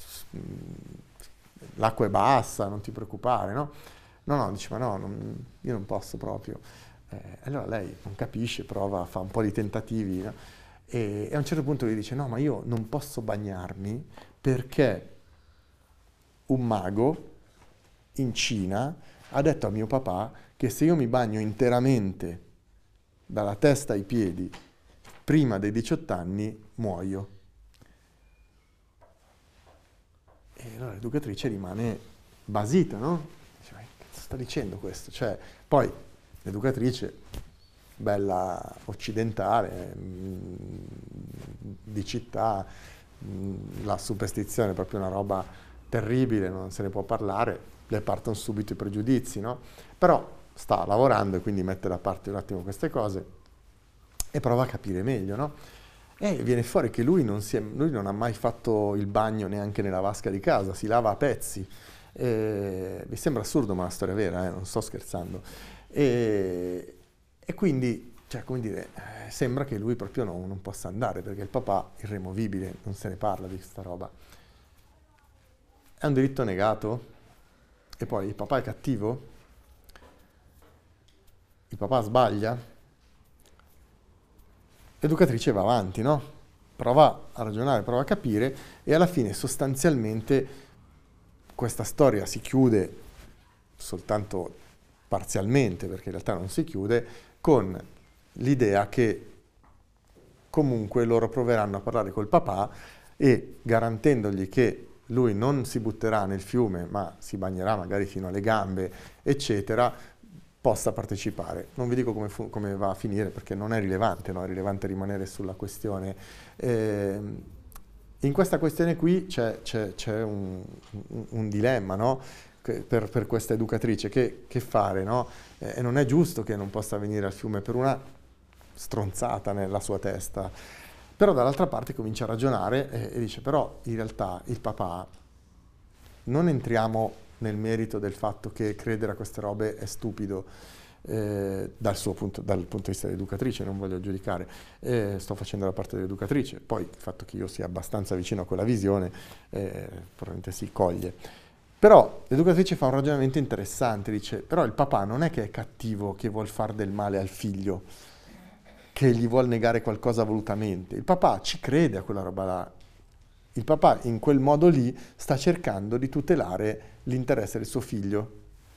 Speaker 2: l'acqua è bassa, non ti preoccupare, no? No, no, dice ma no, non, io non posso proprio. Eh, allora lei non capisce, prova, fa un po' di tentativi, no? e, e a un certo punto gli dice no, ma io non posso bagnarmi perché un mago in Cina ha detto a mio papà che se io mi bagno interamente dalla testa ai piedi prima dei diciotto anni muoio. E allora l'educatrice rimane basita, no? Dice, ma che cazzo sta dicendo questo? Cioè, poi l'educatrice, bella occidentale, mh, di città, mh, la superstizione è proprio una roba terribile, non se ne può parlare, le partono subito i pregiudizi, no? Però sta lavorando e quindi mette da parte un attimo queste cose e prova a capire meglio, no? E viene fuori che lui non, si è, lui non ha mai fatto il bagno neanche nella vasca di casa, si lava a pezzi. E, mi sembra assurdo, ma è una storia vera, eh, non sto scherzando. E, e quindi, cioè, come dire, eh, sembra che lui proprio no, non possa andare, perché il papà è irremovibile, non se ne parla di questa roba. È un diritto negato? E poi il papà è cattivo? Il papà sbaglia? L'educatrice va avanti, no? Prova a ragionare, prova a capire e alla fine sostanzialmente questa storia si chiude soltanto parzialmente, perché in realtà non si chiude, con l'idea che comunque loro proveranno a parlare col papà e garantendogli che lui non si butterà nel fiume ma si bagnerà magari fino alle gambe, eccetera, possa partecipare. Non vi dico come, fu, come va a finire perché non è rilevante, no? È rilevante rimanere sulla questione. Eh, in questa questione qui c'è, c'è, c'è un, un, un dilemma, no? Che per, per questa educatrice, che, che fare, no? E eh, non è giusto che non possa venire al fiume per una stronzata nella sua testa. Però dall'altra parte comincia a ragionare e, e dice però in realtà il papà, non entriamo nel merito del fatto che credere a queste robe è stupido eh, dal suo punto, dal punto di vista dell'educatrice, non voglio giudicare, eh, sto facendo la parte dell'educatrice, poi il fatto che io sia abbastanza vicino a quella visione eh, probabilmente si coglie. Però l'educatrice fa un ragionamento interessante, dice però il papà non è che è cattivo, che vuol far del male al figlio, che gli vuol negare qualcosa volutamente, il papà ci crede a quella roba là. Il papà in quel modo lì sta cercando di tutelare l'interesse del suo figlio.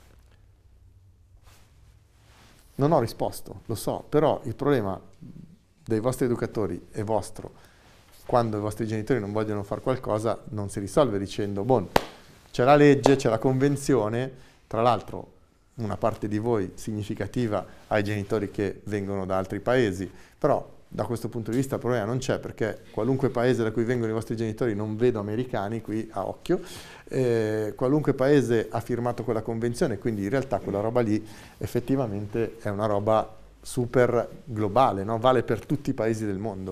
Speaker 2: Non ho risposto, lo so, però il problema dei vostri educatori è vostro. Quando i vostri genitori non vogliono fare qualcosa non si risolve dicendo, boh, c'è la legge, c'è la convenzione, tra l'altro una parte di voi significativa ha i genitori che vengono da altri paesi, però da questo punto di vista il problema non c'è, perché qualunque paese da cui vengono i vostri genitori, non vedo americani qui a occhio, eh, qualunque paese ha firmato quella convenzione, quindi in realtà quella roba lì effettivamente è una roba super globale, no? Vale per tutti i paesi del mondo.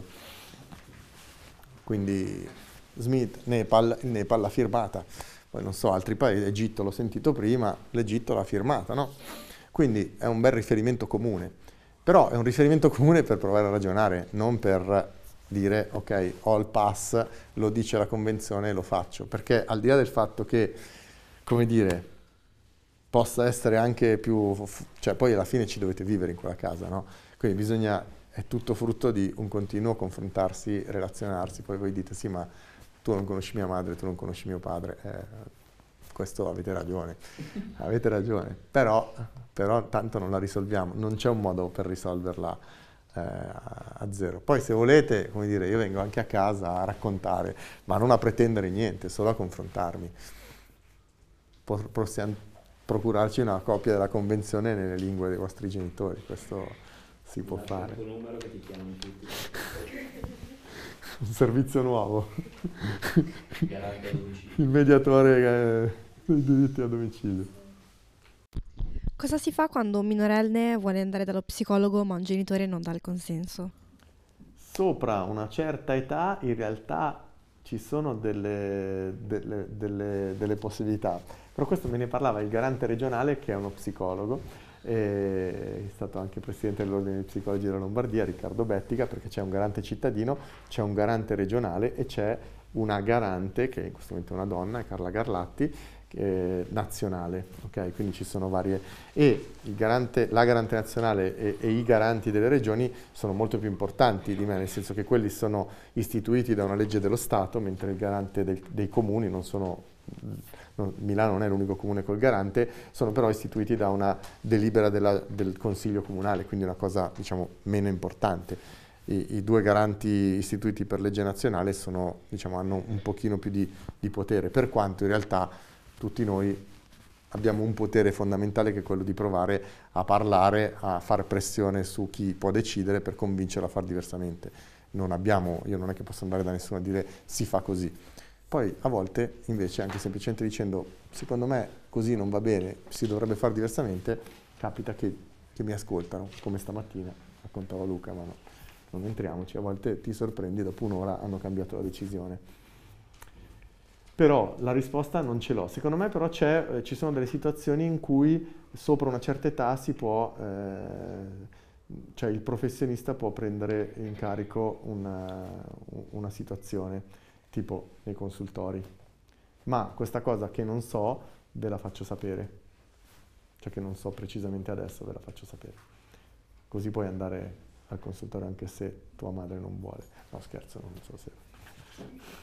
Speaker 2: Quindi Smith, Nepal, il Nepal l'ha firmata, poi non so, altri paesi, Egitto l'ho sentito prima, l'Egitto l'ha firmata, no? Quindi è un bel riferimento comune. Però è un riferimento comune per provare a ragionare, non per dire ok, ho il pass, lo dice la convenzione e lo faccio. Perché al di là del fatto che, come dire, possa essere anche più... cioè poi alla fine ci dovete vivere in quella casa, no? Quindi bisogna... è tutto frutto di un continuo confrontarsi, relazionarsi. Poi voi dite sì, ma tu non conosci mia madre, tu non conosci mio padre. Eh, questo avete ragione, avete ragione, però, però tanto non la risolviamo, non c'è un modo per risolverla eh, a zero. Poi se volete, come dire, io vengo anche a casa a raccontare, ma non a pretendere niente, solo a confrontarmi. Possiamo procurarci una copia della convenzione nelle lingue dei vostri genitori, questo si può fare.
Speaker 8: Il numero che ti chiamano tutti.
Speaker 2: Un servizio nuovo.
Speaker 8: Garante a domicilio.
Speaker 2: Il mediatore eh, dei diritti a domicilio.
Speaker 1: Cosa si fa quando un minorenne vuole andare dallo psicologo ma un genitore non dà il consenso?
Speaker 2: Sopra una certa età in realtà ci sono delle, delle, delle, delle possibilità, però questo me ne parlava il garante regionale che è uno psicologo, è stato anche presidente dell'Ordine dei Psicologi della Lombardia, Riccardo Bettica, perché c'è un garante cittadino, c'è un garante regionale e c'è una garante, che in questo momento è una donna, è Carla Garlatti, eh, nazionale, ok? Quindi ci sono varie, e il garante, la garante nazionale e, e i garanti delle regioni sono molto più importanti di me, nel senso che quelli sono istituiti da una legge dello Stato, mentre il garante del, dei comuni non sono, non, Milano non è l'unico comune col garante, sono però istituiti da una delibera della, del Consiglio Comunale, quindi una cosa diciamo meno importante. I, i due garanti istituiti per legge nazionale sono, diciamo, hanno un pochino più di, di potere, per quanto in realtà tutti noi abbiamo un potere fondamentale che è quello di provare a parlare, a fare pressione su chi può decidere per convincerlo a fare diversamente. Non abbiamo, io non è che posso andare da nessuno a dire si fa così. Poi a volte invece anche semplicemente dicendo secondo me così non va bene, si dovrebbe fare diversamente, capita che, che mi ascoltano, come stamattina raccontava Luca, ma no, non entriamoci, a volte ti sorprendi, dopo un'ora hanno cambiato la decisione. Però la risposta non ce l'ho. Secondo me però c'è, eh, ci sono delle situazioni in cui sopra una certa età si può, eh, cioè il professionista può prendere in carico una, una situazione, tipo nei consultori. Ma questa cosa che non so ve la faccio sapere, cioè che non so precisamente adesso ve la faccio sapere. Così puoi andare al consultore anche se tua madre non vuole. No, scherzo, non so se...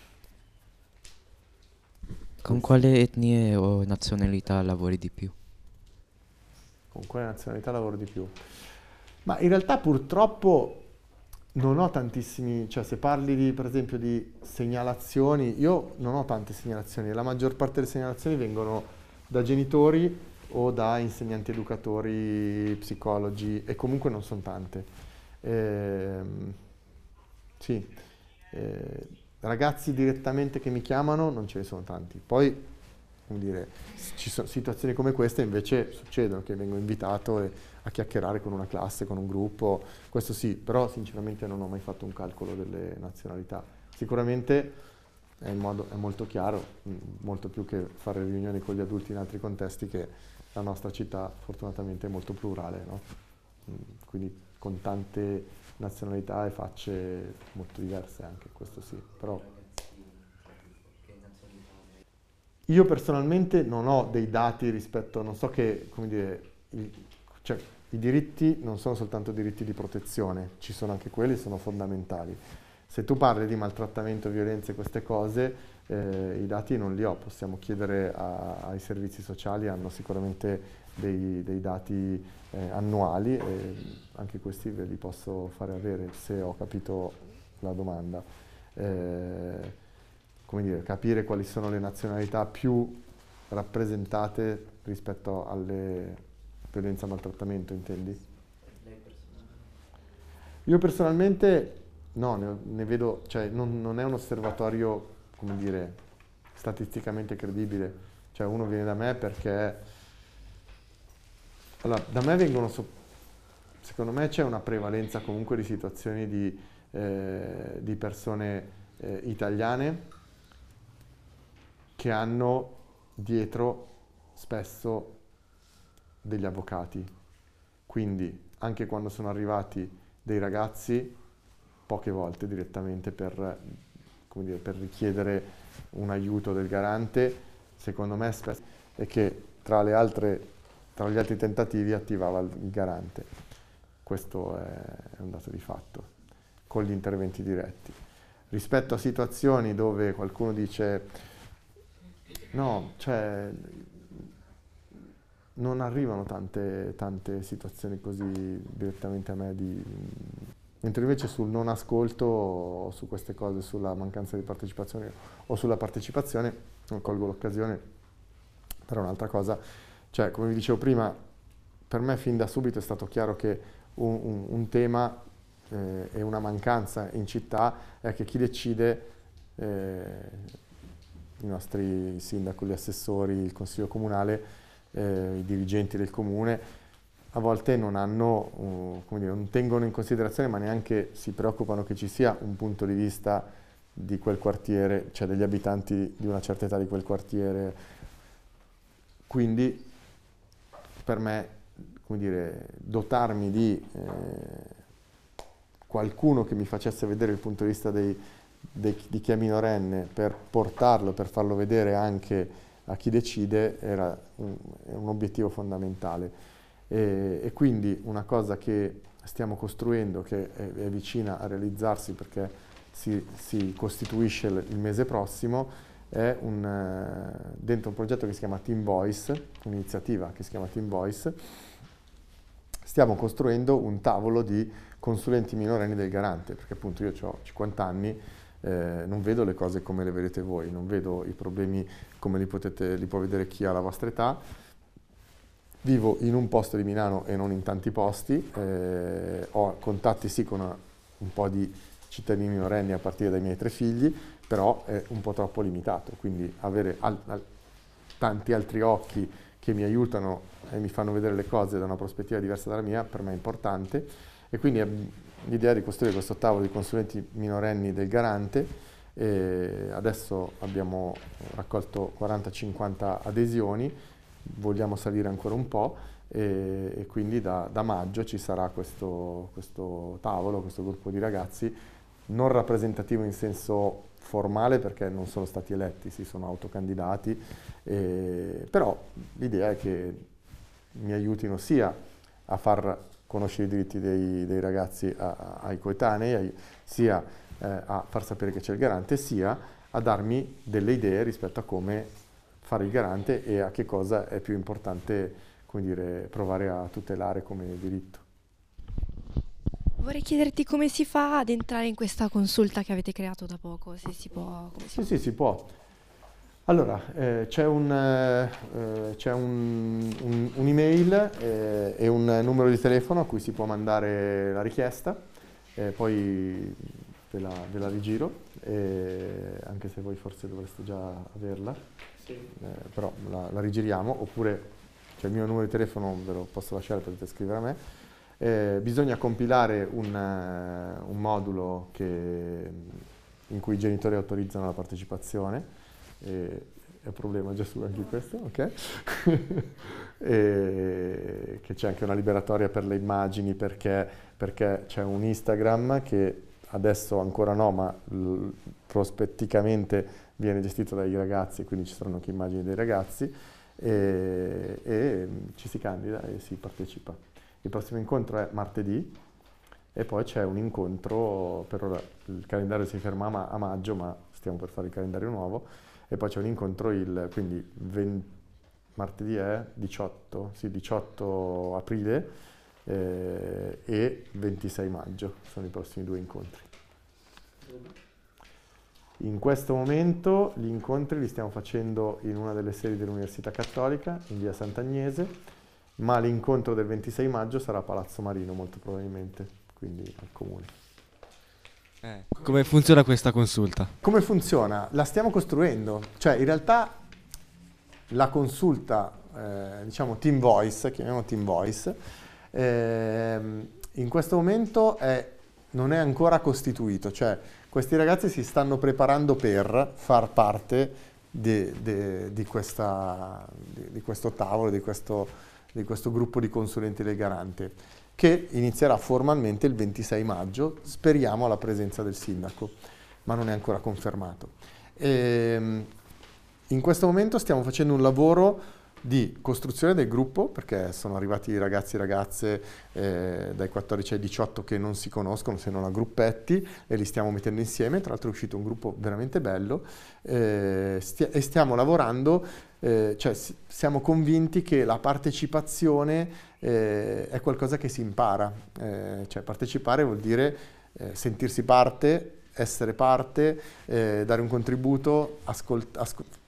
Speaker 9: Con quale etnie o nazionalità lavori di più?
Speaker 2: Con quale nazionalità lavoro di più? Ma in realtà purtroppo non ho tantissimi, cioè se parli di, per esempio di segnalazioni, io non ho tante segnalazioni, la maggior parte delle segnalazioni vengono da genitori o da insegnanti educatori, psicologi, e comunque non sono tante. Ehm, sì. Eh, Ragazzi direttamente che mi chiamano non ce ne sono tanti. Poi, come dire, ci sono situazioni come queste invece succedono, che vengo invitato e, a chiacchierare con una classe, con un gruppo, questo sì, però sinceramente non ho mai fatto un calcolo delle nazionalità. Sicuramente è, in modo, è molto chiaro, molto più che fare riunioni con gli adulti in altri contesti, che la nostra città fortunatamente è molto plurale, no? Quindi con tante nazionalità e facce molto diverse anche, questo sì, però io personalmente non ho dei dati rispetto, non so che, come dire, i, cioè, i diritti non sono soltanto diritti di protezione, ci sono anche quelli, sono fondamentali. Se tu parli di maltrattamento, violenze, queste cose, eh, i dati non li ho, possiamo chiedere a, ai servizi sociali, hanno sicuramente dei, dei dati eh, annuali, e anche questi ve li posso fare avere se ho capito la domanda. Eh, come dire, capire quali sono le nazionalità più rappresentate rispetto alle violenze e maltrattamento, intendi? Io personalmente no, ne, ne vedo, cioè non, non è un osservatorio, come dire, statisticamente credibile. Cioè uno viene da me perché... Allora, da me vengono, so, secondo me c'è una prevalenza comunque di situazioni di, eh, di persone eh, italiane che hanno dietro spesso degli avvocati. Quindi anche quando sono arrivati dei ragazzi, poche volte direttamente per, come dire, per richiedere un aiuto del garante, secondo me spesso è che tra le altre... tra gli altri tentativi attivava il garante. Questo è un dato di fatto, con gli interventi diretti. Rispetto a situazioni dove qualcuno dice no, cioè non arrivano tante, tante situazioni così direttamente a me, di, mentre invece sul non ascolto o su queste cose, sulla mancanza di partecipazione o sulla partecipazione, non colgo l'occasione per un'altra cosa, Cioè, come vi dicevo prima, per me fin da subito è stato chiaro che un, un, un tema eh, e una mancanza in città è che chi decide, eh, i nostri sindaci, gli assessori, il consiglio comunale, eh, i dirigenti del comune, a volte non hanno, uh, come dire, non tengono in considerazione, ma neanche si preoccupano che ci sia un punto di vista di quel quartiere, cioè degli abitanti di una certa età di quel quartiere. Quindi per me, come dire, dotarmi di eh, qualcuno che mi facesse vedere il punto di vista dei, dei, di chi è minorenne, per portarlo, per farlo vedere anche a chi decide, era un, un obiettivo fondamentale. E, e quindi una cosa che stiamo costruendo, che è, è vicina a realizzarsi perché si, si costituisce il, il mese prossimo, è un, uh, dentro un progetto che si chiama Team Voice, un'iniziativa che si chiama Team Voice. Stiamo costruendo un tavolo di consulenti minorenni del Garante, perché appunto io ho cinquanta anni, eh, non vedo le cose come le vedete voi, non vedo i problemi come li, potete, li può vedere chi ha la vostra età. Vivo in un posto di Milano e non in tanti posti, eh, ho contatti sì con una, un po' di cittadini minorenni a partire dai miei tre figli, però è un po' troppo limitato, quindi avere al, al, tanti altri occhi che mi aiutano e mi fanno vedere le cose da una prospettiva diversa dalla mia, per me è importante, e quindi l'idea di costruire questo tavolo di consulenti minorenni del Garante. E adesso abbiamo raccolto quaranta cinquanta adesioni, vogliamo salire ancora un po' e, e quindi da, da maggio ci sarà questo, questo tavolo, questo gruppo di ragazzi non rappresentativo in senso formale perché non sono stati eletti, si sono autocandidati, eh, però l'idea è che mi aiutino sia a far conoscere i diritti dei, dei ragazzi a, a, ai coetanei, ai, sia eh, a far sapere che c'è il Garante, sia a darmi delle idee rispetto a come fare il Garante e a che cosa è più importante, come dire, provare a tutelare come diritto.
Speaker 1: Vorrei chiederti come si fa ad entrare in questa consulta che avete creato da poco, se si può. Come si
Speaker 2: sì,
Speaker 1: fa?
Speaker 2: sì, si può. Allora, eh, c'è un, eh, c'è un, un, un'email eh, e un numero di telefono a cui si può mandare la richiesta, eh, poi ve la, ve la rigiro, eh, anche se voi forse dovreste già averla. Sì. Eh, però la, la rigiriamo, oppure c'è il mio numero di telefono, ve lo posso lasciare, potete scrivere a me. Eh, bisogna compilare un, uh, un modulo che, in cui i genitori autorizzano la partecipazione, eh, è un problema già su anche questo, ok? E che c'è anche una liberatoria per le immagini perché, perché c'è un Instagram che adesso ancora no, ma l- prospetticamente viene gestito dai ragazzi, quindi ci saranno anche immagini dei ragazzi, e, e ci si candida e si partecipa. Il prossimo incontro è martedì e poi c'è un incontro, per ora il calendario si ferma a, ma- a maggio, ma stiamo per fare il calendario nuovo, e poi c'è un incontro il, quindi venti, martedì è diciotto, sì, diciotto aprile eh, e ventisei maggio, sono i prossimi due incontri. In questo momento gli incontri li stiamo facendo in una delle sedi dell'Università Cattolica, in via Sant'Agnese, ma l'incontro del ventisei maggio sarà a Palazzo Marino molto probabilmente, quindi al Comune.
Speaker 11: Eh, come funziona questa consulta?
Speaker 2: Come funziona? La stiamo costruendo, cioè in realtà la consulta, eh, diciamo Team Voice, chiamiamo Team Voice, eh, in questo momento è, non è ancora costituito, cioè questi ragazzi si stanno preparando per far parte di, di, di, questa, di, di questo tavolo, di questo, di questo gruppo di consulenti del Garante, che inizierà formalmente il ventisei maggio, speriamo alla presenza del sindaco, ma non è ancora confermato. E, in questo momento stiamo facendo un lavoro di costruzione del gruppo, perché sono arrivati ragazzi e ragazze eh, dai quattordici ai diciotto che non si conoscono se non a gruppetti, e li stiamo mettendo insieme. Tra l'altro è uscito un gruppo veramente bello, eh, stia- e stiamo lavorando, eh, cioè s- siamo convinti che la partecipazione eh, è qualcosa che si impara, eh, cioè partecipare vuol dire eh, sentirsi parte, essere parte, eh, dare un contributo, ascolt- ascol-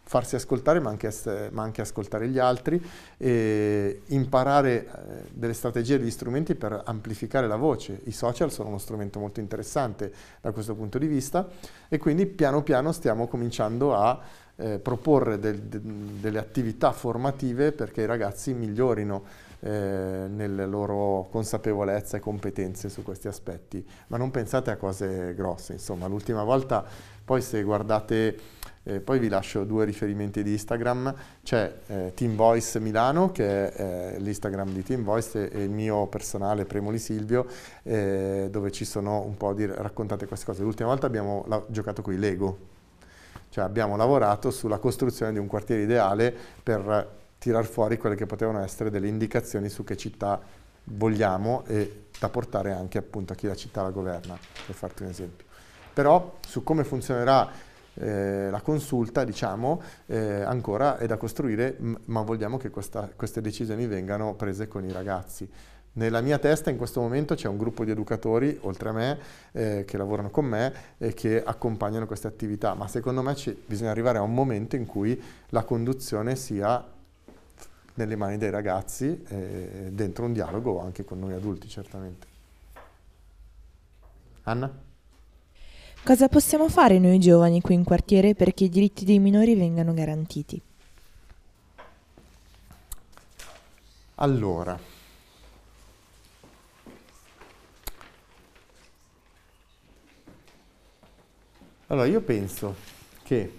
Speaker 2: farsi ascoltare ma anche, essere, ma anche ascoltare gli altri, e imparare eh, delle strategie e degli strumenti per amplificare la voce. I social sono uno strumento molto interessante da questo punto di vista, e quindi piano piano stiamo cominciando a eh, proporre del, de, delle attività formative perché i ragazzi migliorino eh, nelle loro consapevolezza e competenze su questi aspetti. Ma non pensate a cose grosse, insomma. L'ultima volta, poi se guardate, eh, poi vi lascio due riferimenti di Instagram, c'è eh, Team Voice Milano, che è eh, l'Instagram di Team Voice, e il mio personale Premoli Silvio, eh, dove ci sono un po' di raccontate queste cose. L'ultima volta abbiamo la, giocato con i Lego, cioè abbiamo lavorato sulla costruzione di un quartiere ideale per tirar fuori quelle che potevano essere delle indicazioni su che città vogliamo e da portare anche appunto a chi la città la governa, per farti un esempio. Però su come funzionerà eh, la consulta, diciamo, eh, ancora è da costruire, ma vogliamo che questa, queste decisioni vengano prese con i ragazzi. Nella mia testa in questo momento c'è un gruppo di educatori, oltre a me, eh, che lavorano con me e che accompagnano queste attività, ma secondo me bisogna arrivare a un momento in cui la conduzione sia nelle mani dei ragazzi, eh, dentro un dialogo anche con noi adulti, certamente. Anna?
Speaker 12: Cosa possiamo fare noi giovani qui in quartiere perché i diritti dei minori vengano garantiti?
Speaker 2: Allora, allora io penso che,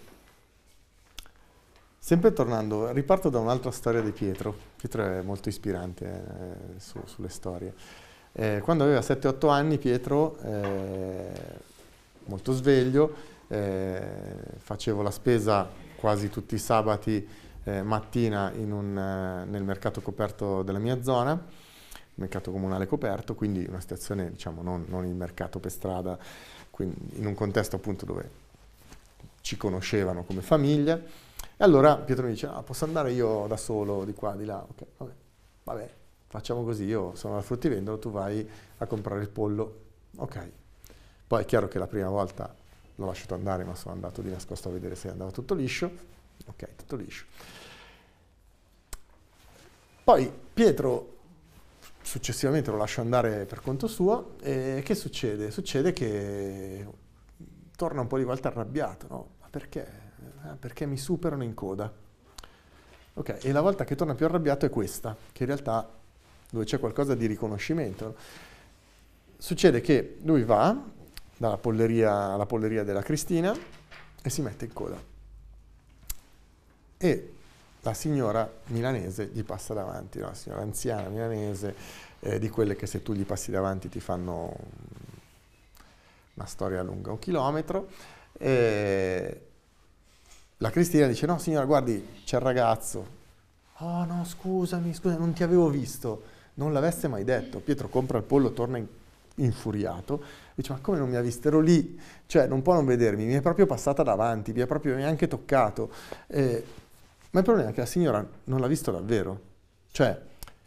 Speaker 2: sempre tornando, riparto da un'altra storia di Pietro. Pietro è molto ispirante eh, su, sulle storie. Eh, quando aveva sette otto anni Pietro, eh, molto sveglio, eh, facevo la spesa quasi tutti i sabati eh, mattina in un, eh, nel mercato coperto della mia zona, mercato comunale coperto, quindi una situazione, diciamo, non, non il mercato per strada, quindi in un contesto appunto dove ci conoscevano come famiglia. E allora Pietro mi dice, ah, posso andare io da solo di qua, di là? Ok, vabbè, vabbè, facciamo così, io sono al fruttivendolo, tu vai a comprare il pollo. Ok. Poi è chiaro che la prima volta l'ho lasciato andare, ma sono andato di nascosto a vedere se andava tutto liscio. Ok, tutto liscio. Poi Pietro successivamente lo lascio andare per conto suo, e che succede? Succede che torna un po' di volte arrabbiato, no? Ma perché? Eh, perché mi superano in coda. Ok, e la volta che torna più arrabbiato è questa, che in realtà dove c'è qualcosa di riconoscimento. Succede che lui va dalla polleria alla polleria della Cristina e si mette in coda. E la signora milanese gli passa davanti, no? La signora anziana milanese, eh, di quelle che se tu gli passi davanti ti fanno una storia lunga un chilometro. E la Cristina dice, no signora, guardi, c'è il ragazzo. Oh no, scusami, scusami, non ti avevo visto, non l'avesse mai detto. Pietro compra il pollo, torna in infuriato, dice, ma come non mi ha visto? Ero lì, cioè non può non vedermi, mi è proprio passata davanti, mi è proprio neanche toccato. Eh, ma il problema è che la signora non l'ha visto davvero. Cioè,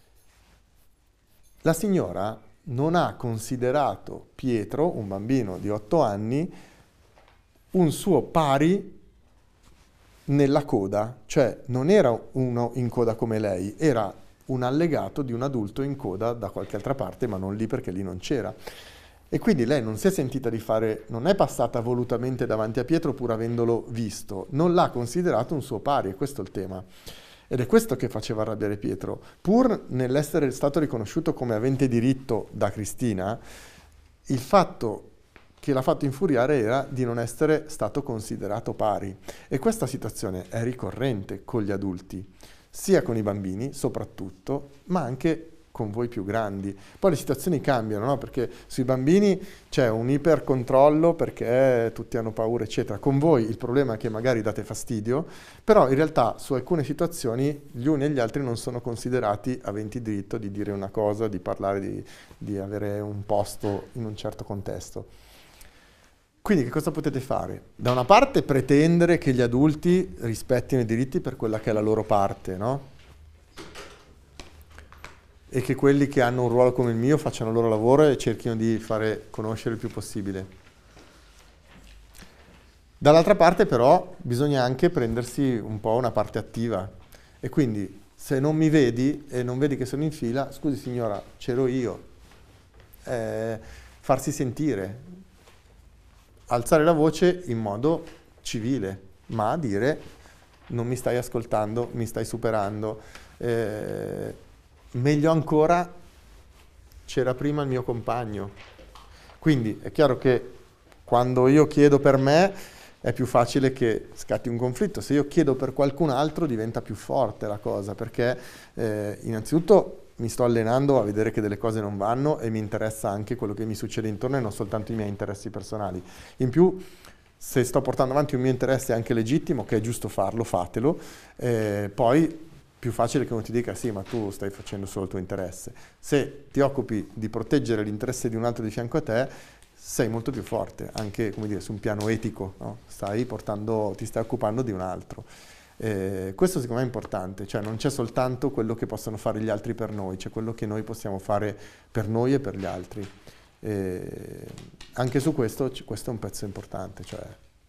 Speaker 2: la signora non ha considerato Pietro, un bambino di otto anni, un suo pari nella coda. Cioè, non era uno in coda come lei, era un allegato di un adulto in coda da qualche altra parte, ma non lì perché lì non c'era. E quindi lei non si è sentita di fare, non è passata volutamente davanti a Pietro pur avendolo visto, non l'ha considerato un suo pari, e questo è il tema. Ed è questo che faceva arrabbiare Pietro. Pur nell'essere stato riconosciuto come avente diritto da Cristina, il fatto che l'ha fatto infuriare era di non essere stato considerato pari. E questa situazione è ricorrente con gli adulti, sia con i bambini soprattutto, ma anche con voi più grandi. Poi le situazioni cambiano, no? Perché sui bambini c'è un ipercontrollo perché tutti hanno paura, eccetera. Con voi il problema è che magari date fastidio, però in realtà su alcune situazioni gli uni e gli altri non sono considerati aventi diritto di dire una cosa, di parlare, di, di avere un posto in un certo contesto. Quindi che cosa potete fare? Da una parte pretendere che gli adulti rispettino i diritti per quella che è la loro parte, no? E che quelli che hanno un ruolo come il mio facciano il loro lavoro e cerchino di fare conoscere il più possibile. Dall'altra parte però bisogna anche prendersi un po' una parte attiva e quindi se non mi vedi e non vedi che sono in fila, scusi signora, c'ero io, eh, farsi sentire, alzare la voce in modo civile, ma dire non mi stai ascoltando, mi stai superando, eh, meglio ancora c'era prima il mio compagno. Quindi è chiaro che quando io chiedo per me è più facile che scatti un conflitto. Se io chiedo per qualcun altro diventa più forte la cosa, perché eh, innanzitutto mi sto allenando a vedere che delle cose non vanno e mi interessa anche quello che mi succede intorno e non soltanto i miei interessi personali. In più, se sto portando avanti un mio interesse anche legittimo, che è giusto farlo, fatelo, eh, poi più facile che uno ti dica sì, ma tu stai facendo solo il tuo interesse. Se ti occupi di proteggere l'interesse di un altro di fianco a te, sei molto più forte, anche come dire, su un piano etico, no? Stai portando, ti stai occupando di un altro. Eh, questo secondo me è importante, cioè non c'è soltanto quello che possono fare gli altri per noi, c'è quello che noi possiamo fare per noi e per gli altri. Eh, anche su questo, questo è un pezzo importante, cioè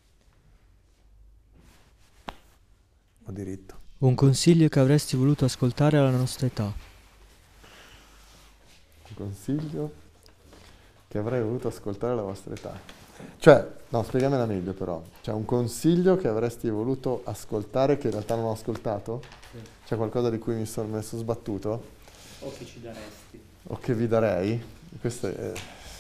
Speaker 2: ho diritto.
Speaker 13: Un consiglio che avresti voluto ascoltare alla nostra età?
Speaker 2: Un consiglio che avrei voluto ascoltare alla vostra età. Cioè, no, spiegamela meglio però. Cioè, un consiglio che avresti voluto ascoltare che in realtà non ho ascoltato? Sì. C'è qualcosa di cui mi sono messo sbattuto?
Speaker 8: O che ci daresti?
Speaker 2: O che vi darei? Questo è...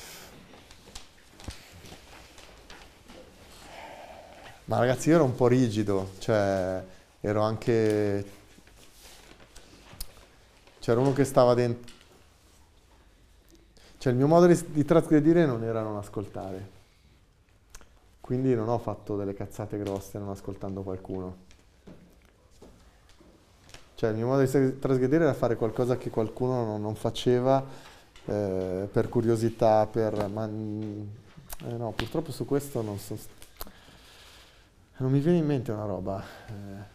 Speaker 2: Ma ragazzi, io ero un po' rigido, cioè ero anche... C'era uno che stava dentro... Cioè il mio modo di, di trasgredire non era non ascoltare, quindi non ho fatto delle cazzate grosse non ascoltando qualcuno. Cioè il mio modo di trasgredire era fare qualcosa che qualcuno non, non faceva eh, per curiosità, per... Ma, eh, no, purtroppo su questo non so... Non mi viene in mente una roba... Eh.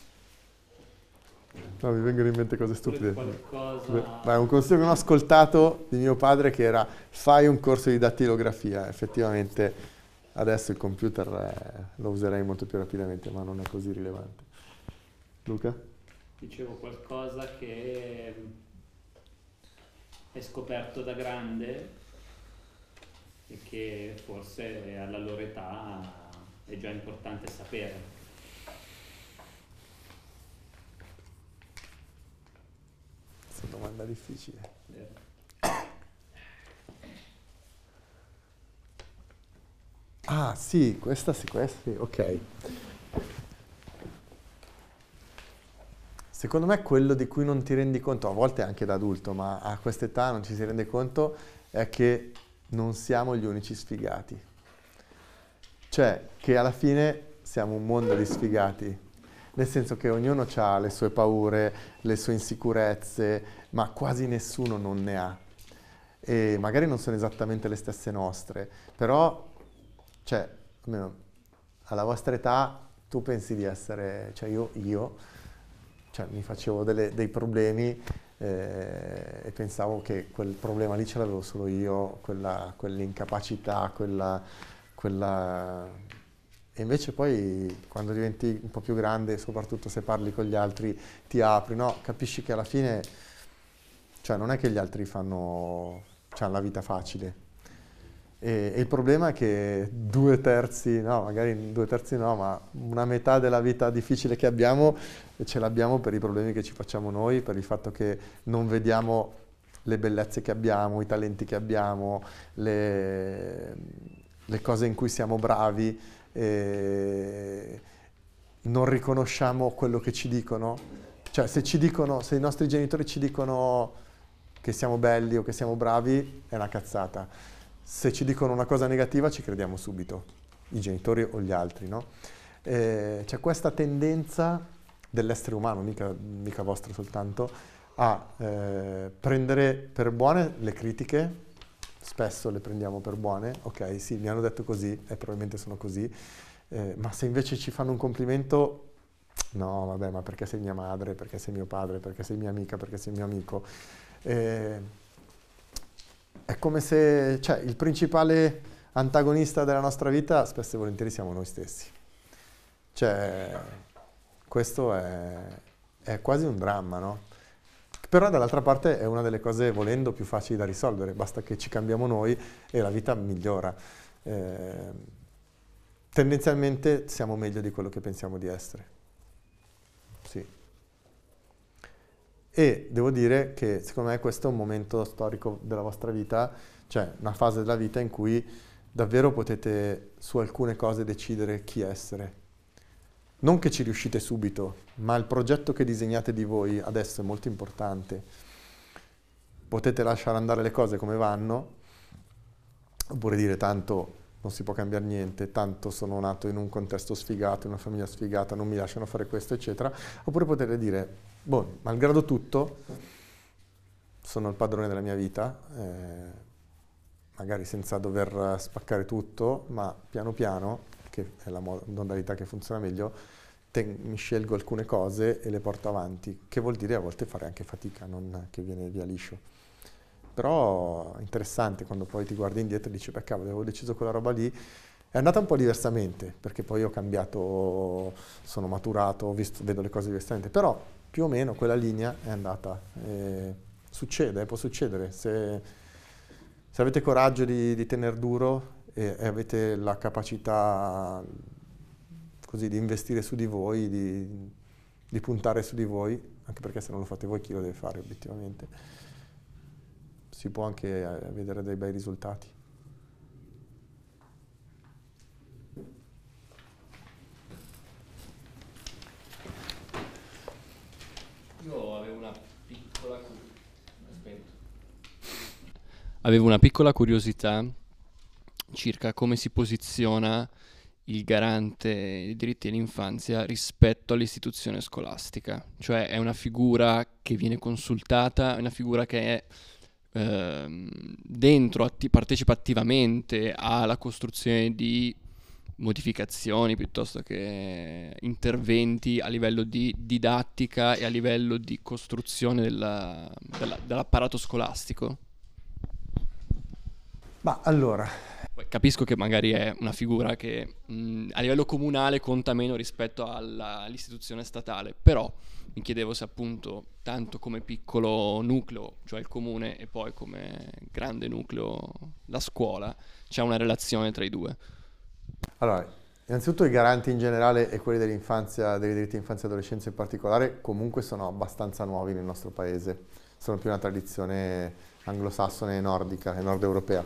Speaker 2: No, mi vengono in mente cose stupide.
Speaker 8: Qualcosa...
Speaker 2: Beh, un consiglio che non ho ascoltato di mio padre che era fai un corso di dattilografia. Effettivamente adesso il computer eh, lo userei molto più rapidamente, ma non è così rilevante. Luca?
Speaker 8: Dicevo qualcosa che è scoperto da grande e che forse alla loro età è già importante sapere.
Speaker 2: Domanda difficile. Ah sì, questa sì, questa sì, ok. Secondo me quello di cui non ti rendi conto, a volte anche da adulto, ma a quest'età non ci si rende conto, è che non siamo gli unici sfigati. Cioè che alla fine siamo un mondo di sfigati. Nel senso che ognuno ha le sue paure, le sue insicurezze, ma quasi nessuno non ne ha. E magari non sono esattamente le stesse nostre, però, cioè, almeno alla vostra età tu pensi di essere, cioè io, io cioè, mi facevo delle, dei problemi eh, e pensavo che quel problema lì ce l'avevo solo io, quella, quell'incapacità, quella... quella E invece poi quando diventi un po' più grande, soprattutto se parli con gli altri, ti apri, no? Capisci che alla fine, cioè non è che gli altri fanno, cioè, la vita facile. E, e il problema è che due terzi, no, magari due terzi no, ma una metà della vita difficile che abbiamo ce l'abbiamo per i problemi che ci facciamo noi, per il fatto che non vediamo le bellezze che abbiamo, i talenti che abbiamo, le, le cose in cui siamo bravi. E non riconosciamo quello che ci dicono, cioè se ci dicono, se i nostri genitori ci dicono che siamo belli o che siamo bravi è una cazzata, se ci dicono una cosa negativa ci crediamo subito, i genitori o gli altri, no? E c'è questa tendenza dell'essere umano, mica, mica vostro soltanto, a eh, prendere per buone le critiche. Spesso le prendiamo per buone, ok, sì, mi hanno detto così e probabilmente sono così, eh, ma se invece ci fanno un complimento, no, vabbè, ma perché sei mia madre, perché sei mio padre, perché sei mia amica, perché sei mio amico. Eh, è come se, cioè, il principale antagonista della nostra vita spesso e volentieri siamo noi stessi. Cioè, questo è, è quasi un dramma, no? Però dall'altra parte è una delle cose, volendo, più facili da risolvere, basta che ci cambiamo noi e la vita migliora. Eh, tendenzialmente siamo meglio di quello che pensiamo di essere. Sì. E devo dire che secondo me questo è un momento storico della vostra vita, cioè una fase della vita in cui davvero potete su alcune cose decidere chi essere. Non che ci riuscite subito, ma il progetto che disegnate di voi adesso è molto importante. Potete lasciare andare le cose come vanno, oppure dire tanto non si può cambiare niente, tanto sono nato in un contesto sfigato, in una famiglia sfigata, non mi lasciano fare questo, eccetera. Oppure potete dire, boh, malgrado tutto, sono il padrone della mia vita, eh, magari senza dover spaccare tutto, ma piano piano, che è la modalità che funziona meglio, te, mi scelgo alcune cose e le porto avanti, che vuol dire a volte fare anche fatica, non che viene via liscio. Però è interessante quando poi ti guardi indietro e dici, beh cavolo, avevo deciso quella roba lì, è andata un po' diversamente, perché poi ho cambiato, sono maturato, ho visto, vedo le cose diversamente, però più o meno quella linea è andata. E succede, può succedere, se, se avete coraggio di, di tener duro e, e avete la capacità così di investire su di voi, di, di puntare su di voi, anche perché se non lo fate voi chi lo deve fare obiettivamente, si può anche vedere dei bei risultati.
Speaker 9: Io avevo una piccola Aspetta.
Speaker 14: Avevo una piccola curiosità circa come si posiziona il garante dei diritti dell'infanzia rispetto all'istituzione scolastica. Cioè è una figura che viene consultata, è una figura che è ehm, dentro, atti- partecipa attivamente alla costruzione di modificazioni piuttosto che interventi a livello di didattica e a livello di costruzione della, della, dell'apparato scolastico.
Speaker 2: Ma allora,
Speaker 14: Poi capisco che magari è una figura che mh, a livello comunale conta meno rispetto alla- all'istituzione statale, però mi chiedevo se appunto tanto come piccolo nucleo, cioè il comune, e poi come grande nucleo la scuola, c'è una relazione tra i due.
Speaker 2: allora, innanzitutto i garanti in generale e quelli dell'infanzia, dei diritti di infanzia e adolescenza in particolare, comunque sono abbastanza nuovi nel nostro paese. Sono più una tradizione anglosassone e nordica e nord europea.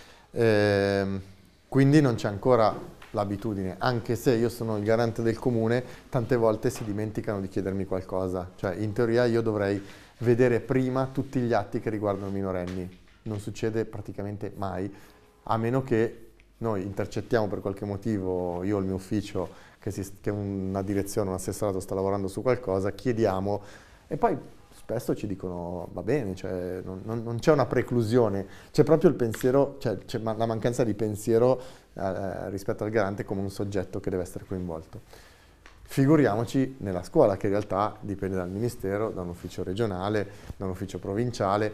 Speaker 2: Ehm, quindi non c'è ancora l'abitudine, anche se io sono il garante del comune, tante volte si dimenticano di chiedermi qualcosa. Cioè, in teoria io dovrei vedere prima tutti gli atti che riguardano i minorenni. Non succede praticamente mai, a meno che noi intercettiamo per qualche motivo, io o il mio ufficio, che, si, che una direzione, un assessorato sta lavorando su qualcosa, chiediamo e poi spesso ci dicono va bene, cioè non, non- non c'è una preclusione, c'è proprio il pensiero, cioè c'è ma- la mancanza di pensiero eh, rispetto al garante come un soggetto che deve essere coinvolto. Figuriamoci nella scuola, che in realtà dipende dal ministero, da un ufficio regionale, da un ufficio provinciale.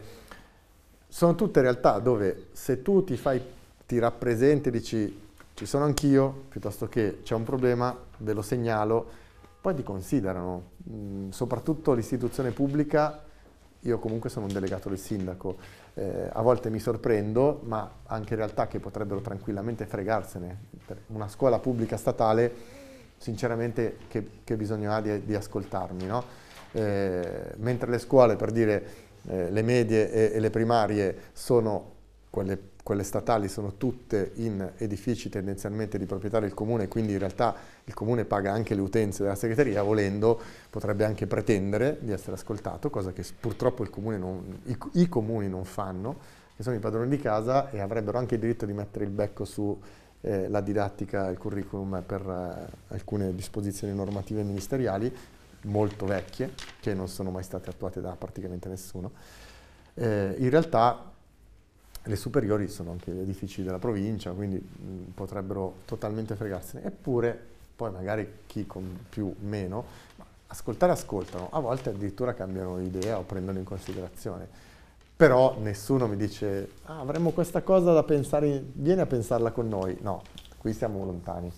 Speaker 2: Sono tutte realtà dove se tu ti fai, ti rappresenti e dici ci sono anch'io, piuttosto che c'è un problema, ve lo segnalo, poi ti considerano. Mm, soprattutto l'istituzione pubblica, io comunque sono un delegato del sindaco, eh, a volte mi sorprendo, ma anche realtà che potrebbero tranquillamente fregarsene. Per una scuola pubblica statale, sinceramente, che, che bisogno ha di, di ascoltarmi, no? Eh, mentre le scuole, per dire, eh, le medie e, e le primarie sono quelle, quelle statali, sono tutte in edifici tendenzialmente di proprietà del comune, quindi in realtà il comune paga anche le utenze della segreteria, volendo potrebbe anche pretendere di essere ascoltato, cosa che s- purtroppo il comune non- i, i comuni non fanno, che sono i padroni di casa e avrebbero anche il diritto di mettere il becco su eh, la didattica e il curriculum per eh, alcune disposizioni normative ministeriali molto vecchie, che non sono mai state attuate da praticamente nessuno. Eh, in realtà le superiori sono anche gli edifici della provincia, quindi mh, potrebbero totalmente fregarsene. Eppure, poi magari chi con più, meno, ma ascoltare ascoltano, a volte addirittura cambiano idea o prendono in considerazione. però nessuno mi dice ah, avremmo questa cosa da pensare, vieni a pensarla con noi. No, qui siamo lontani.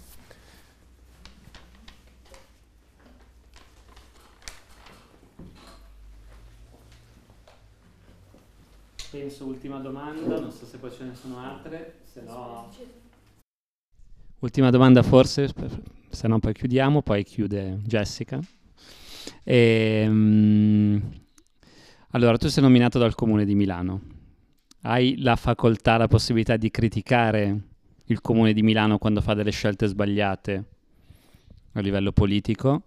Speaker 8: Penso ultima domanda, non so se poi ce ne sono altre, se no... Ultima domanda forse, se no poi chiudiamo, poi chiude Jessica. E, um, allora, tu sei nominato dal Comune di Milano. Hai la facoltà, la possibilità di criticare il Comune di Milano quando fa delle scelte sbagliate a livello politico.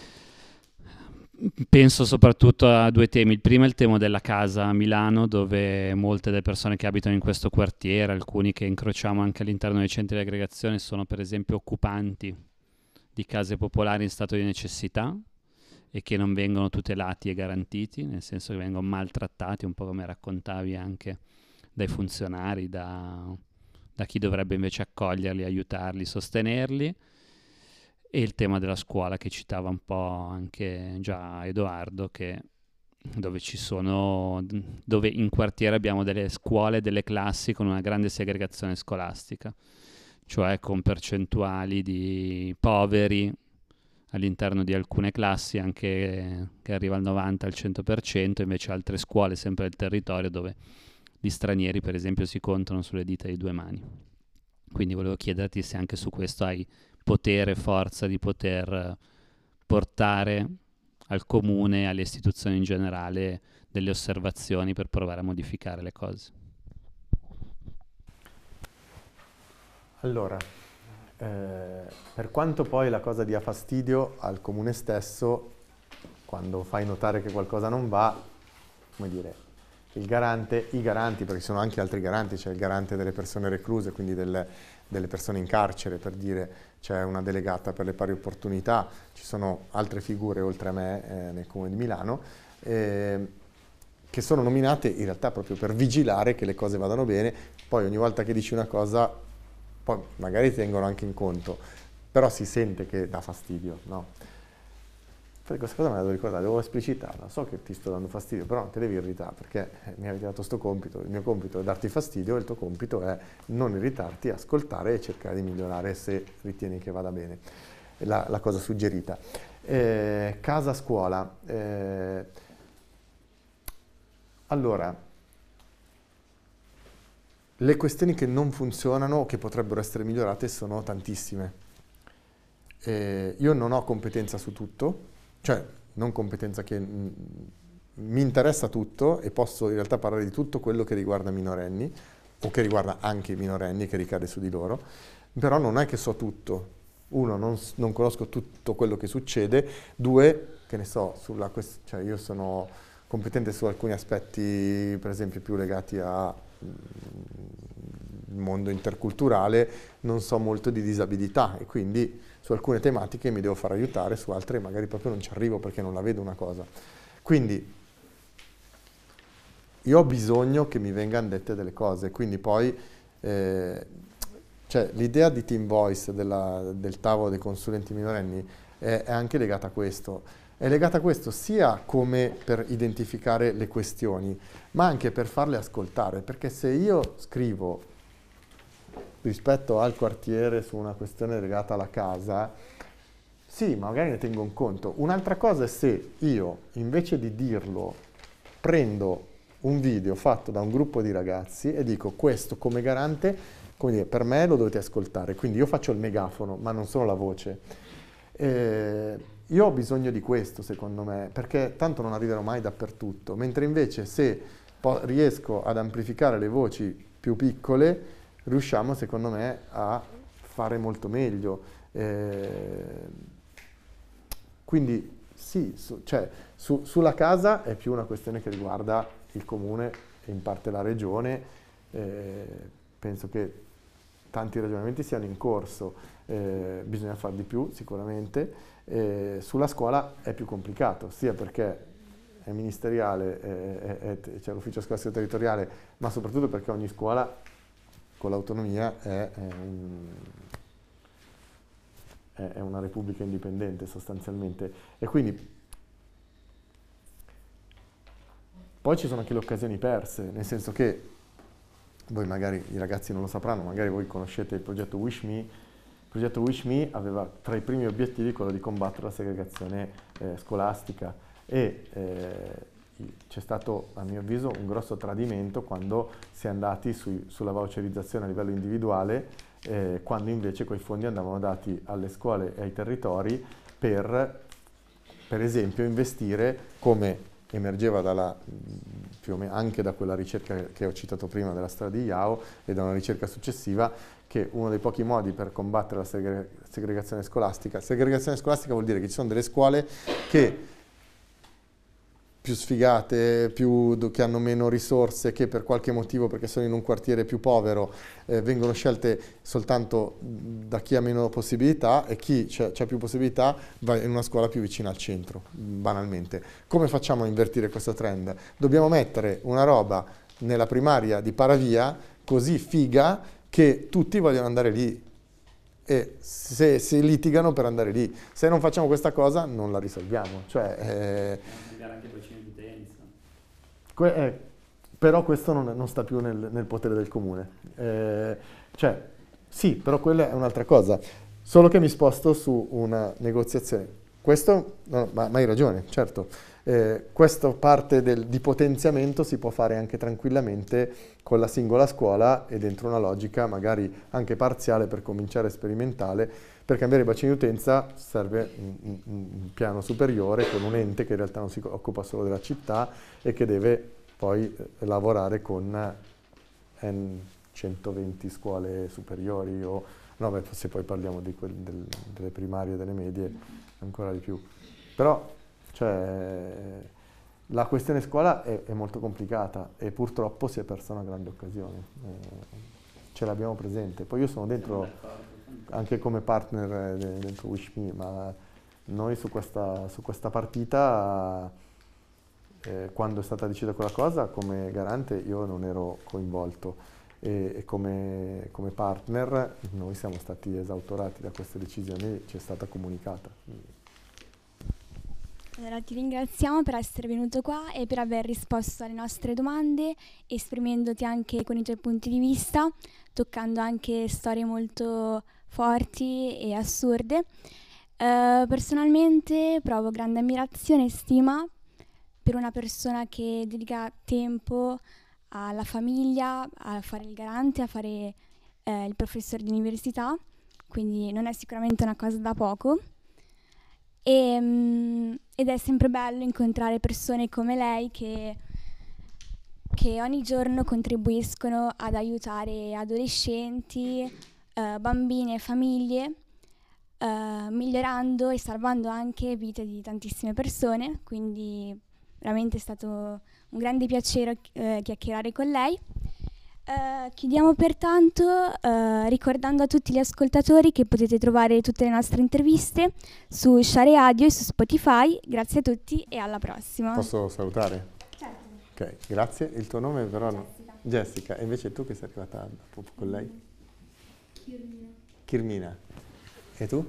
Speaker 8: Penso soprattutto a due temi. Il primo è il tema della casa a Milano, dove molte delle persone che abitano in questo quartiere, alcuni che incrociamo anche all'interno dei centri di aggregazione, sono per esempio occupanti di case popolari in stato di necessità e che non vengono tutelati e garantiti, nel senso che vengono maltrattati, un po' come raccontavi anche dai funzionari, da, da chi dovrebbe invece accoglierli, aiutarli, sostenerli. E il tema della scuola che citava un po' anche già Edoardo, che dove ci sono, dove in quartiere abbiamo delle scuole, delle classi con una grande segregazione scolastica, cioè con percentuali di poveri all'interno di alcune classi anche che arriva al novanta al cento per cento, invece altre scuole sempre del territorio dove gli stranieri per esempio si contano sulle dita di due mani. Quindi volevo chiederti se anche su questo hai potere, forza di poter portare al comune, alle istituzioni in generale, delle osservazioni per provare a modificare le cose.
Speaker 2: Allora, eh, per quanto poi la cosa dia fastidio al comune stesso, quando fai notare che qualcosa non va, come dire, il garante, i garanti, perché ci sono anche altri garanti, c'è il garante delle persone recluse, quindi delle, delle persone in carcere, per dire, c'è una delegata per le pari opportunità, ci sono altre figure oltre a me eh, nel Comune di Milano, eh, che sono nominate in realtà proprio per vigilare che le cose vadano bene. Poi ogni volta che dici una cosa, poi magari tengono anche in conto, però si sente che dà fastidio, no? Perché questa cosa me la devo ricordare, devo esplicitarla, so che ti sto dando fastidio, però non te devi irritare, perché mi avete dato sto compito, il mio compito è darti fastidio, e il tuo compito è non irritarti, ascoltare e cercare di migliorare se ritieni che vada bene, la, la cosa suggerita. Eh, casa scuola, eh, allora, le questioni che non funzionano o che potrebbero essere migliorate sono tantissime. Eh, io non ho competenza su tutto, cioè non competenza che mh, mi interessa tutto e posso in realtà parlare di tutto quello che riguarda minorenni o che riguarda anche i minorenni, che ricade su di loro, però non è che so tutto. Uno, non, non conosco tutto quello che succede. Due, che ne so, sulla quest- cioè io sono competente su alcuni aspetti, per esempio più legati al mondo interculturale, non so molto di disabilità e quindi su alcune tematiche mi devo far aiutare, su altre magari proprio non ci arrivo perché non la vedo una cosa. Quindi io ho bisogno che mi vengano dette delle cose, quindi poi eh, cioè, l'idea di Team Voice della, del tavolo dei consulenti minorenni è, è anche legata a questo. È legata a questo sia come per identificare le questioni, ma anche per farle ascoltare, perché se io scrivo rispetto al quartiere su una questione legata alla casa, sì, magari ne tengo in conto. Un'altra cosa è se io, invece di dirlo, prendo un video fatto da un gruppo di ragazzi e dico questo come garante, come dire, per me lo dovete ascoltare, quindi io faccio il megafono, ma non sono la voce. Eh, io ho bisogno di questo, secondo me, perché tanto non arriverò mai dappertutto, mentre invece se riesco ad amplificare le voci più piccole, riusciamo, secondo me, a fare molto meglio. Eh, quindi sì, su, cioè, su, sulla casa è più una questione che riguarda il comune e in parte la regione. Eh, penso che tanti ragionamenti siano in corso, eh, bisogna fare di più sicuramente. Eh, sulla scuola è più complicato, sia perché è ministeriale, è, è, è, c'è l'ufficio scolastico territoriale, ma soprattutto perché ogni scuola con l'autonomia è, è, un, è, è una repubblica indipendente sostanzialmente, e quindi Poi ci sono anche le occasioni perse, nel senso che voi magari, i ragazzi non lo sapranno, magari voi conoscete il progetto Wish Me. Il progetto Wish Me aveva tra i primi obiettivi quello di combattere la segregazione eh, scolastica e eh, c'è stato, a mio avviso, un grosso tradimento quando si è andati sui, sulla voucherizzazione a livello individuale, eh, quando invece quei fondi andavano dati alle scuole e ai territori per, per esempio, investire, come emergeva dalla, più o meno anche da quella ricerca che ho citato prima della storia di Yao e da una ricerca successiva, che uno dei pochi modi per combattere la segre- segregazione scolastica, segregazione scolastica vuol dire che ci sono delle scuole che più sfigate, più, che hanno meno risorse, che per qualche motivo, perché sono in un quartiere più povero, eh, vengono scelte soltanto da chi ha meno possibilità, e chi ha più possibilità va in una scuola più vicina al centro, banalmente. Come facciamo a invertire questo trend? Dobbiamo mettere una roba nella primaria di Paravia così figa che tutti vogliono andare lì, e se, se litigano per andare lì. Se non facciamo questa cosa non la risolviamo. Cioè, eh,
Speaker 8: cambiare anche il bacino di utenza.
Speaker 2: que- eh, però questo non, non sta più nel, nel potere del comune. Eh, cioè, sì, però quella è un'altra cosa. Solo che mi sposto su una negoziazione. Questo, no, ma, ma hai ragione, certo. Eh, questa parte del, di potenziamento si può fare anche tranquillamente con la singola scuola e dentro una logica magari anche parziale, per cominciare sperimentale. Per cambiare i bacini di utenza serve un, un, un piano superiore con un ente che in realtà non si occupa solo della città e che deve poi eh, lavorare con eh, centoventi scuole superiori o no, beh, se poi parliamo di quel, del, delle primarie e delle medie ancora di più. Però cioè, la questione scuola è, è molto complicata e purtroppo si è persa una grande occasione. Eh, ce l'abbiamo presente. Poi io sono dentro anche come partner dentro Wish Me, ma noi su questa, su questa partita, eh, quando è stata decisa quella cosa, come garante io non ero coinvolto e, e come, come partner noi siamo stati esautorati da queste decisioni, ci è stata comunicata.
Speaker 15: Allora ti ringraziamo per essere venuto qua e per aver risposto alle nostre domande, esprimendoti anche con i tuoi punti di vista, toccando anche storie molto forti e assurde. Uh, personalmente provo grande ammirazione e stima per una persona che dedica tempo alla famiglia, a fare il garante, a fare eh, il professore di università, quindi non è sicuramente una cosa da poco. E, um, ed è sempre bello incontrare persone come lei che, che ogni giorno contribuiscono ad aiutare adolescenti, uh, bambini e famiglie, uh, migliorando e salvando anche vite di tantissime persone, quindi veramente è stato un grande piacere uh, chiacchierare con lei. Uh, chiudiamo pertanto uh, ricordando a tutti gli ascoltatori che potete trovare tutte le nostre interviste su Share Audio e su Spotify. Grazie a tutti e alla prossima.
Speaker 2: Posso salutare?
Speaker 15: Certo.
Speaker 2: Ok, grazie. Il tuo nome però no. Jessica. E invece tu che sei arrivata dopo con lei?
Speaker 15: Kirmina.
Speaker 2: Kirmina. E tu?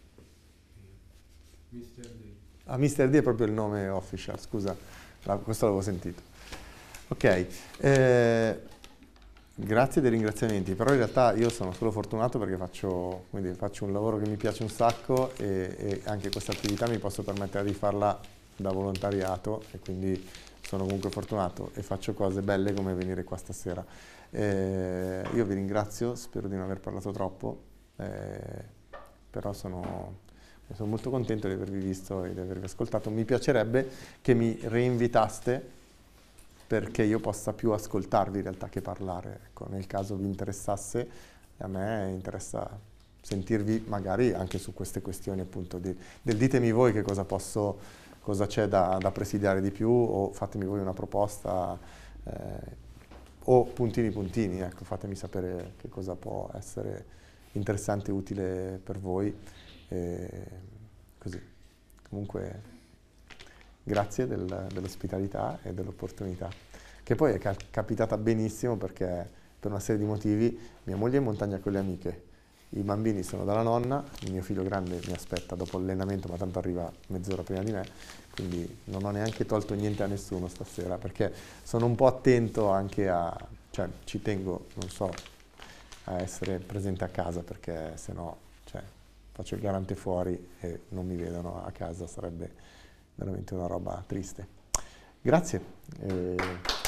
Speaker 10: mister D.
Speaker 2: Ah, mister D è proprio il nome official, scusa, la, questo l'avevo sentito. Ok. Eh, Grazie dei ringraziamenti, però in realtà io sono solo fortunato perché faccio, quindi faccio un lavoro che mi piace un sacco e, e anche questa attività mi posso permettere di farla da volontariato e quindi sono comunque fortunato e faccio cose belle come venire qua stasera. Eh, io vi ringrazio, spero di non aver parlato troppo, eh, però sono, sono molto contento di avervi visto e di avervi ascoltato. Mi piacerebbe che mi reinvitaste perché io possa più ascoltarvi in realtà che parlare. Ecco, nel caso vi interessasse, a me interessa sentirvi magari anche su queste questioni appunto di, del ditemi voi che cosa posso, cosa c'è da, da presidiare di più o fatemi voi una proposta eh, o puntini puntini, ecco, fatemi sapere che cosa può essere interessante e utile per voi. E così, comunque... Grazie del, dell'ospitalità e dell'opportunità, che poi è ca- capitata benissimo perché per una serie di motivi mia moglie è in montagna con le amiche, I bambini sono dalla nonna, il mio figlio grande mi aspetta dopo l'allenamento, ma tanto arriva mezz'ora prima di me, quindi non ho neanche tolto niente a nessuno stasera, perché sono un po' attento anche a, cioè ci tengo, non so, a essere presente a casa, perché se no, cioè, faccio il garante fuori e non mi vedono a casa, sarebbe veramente una roba triste. Grazie. Eh,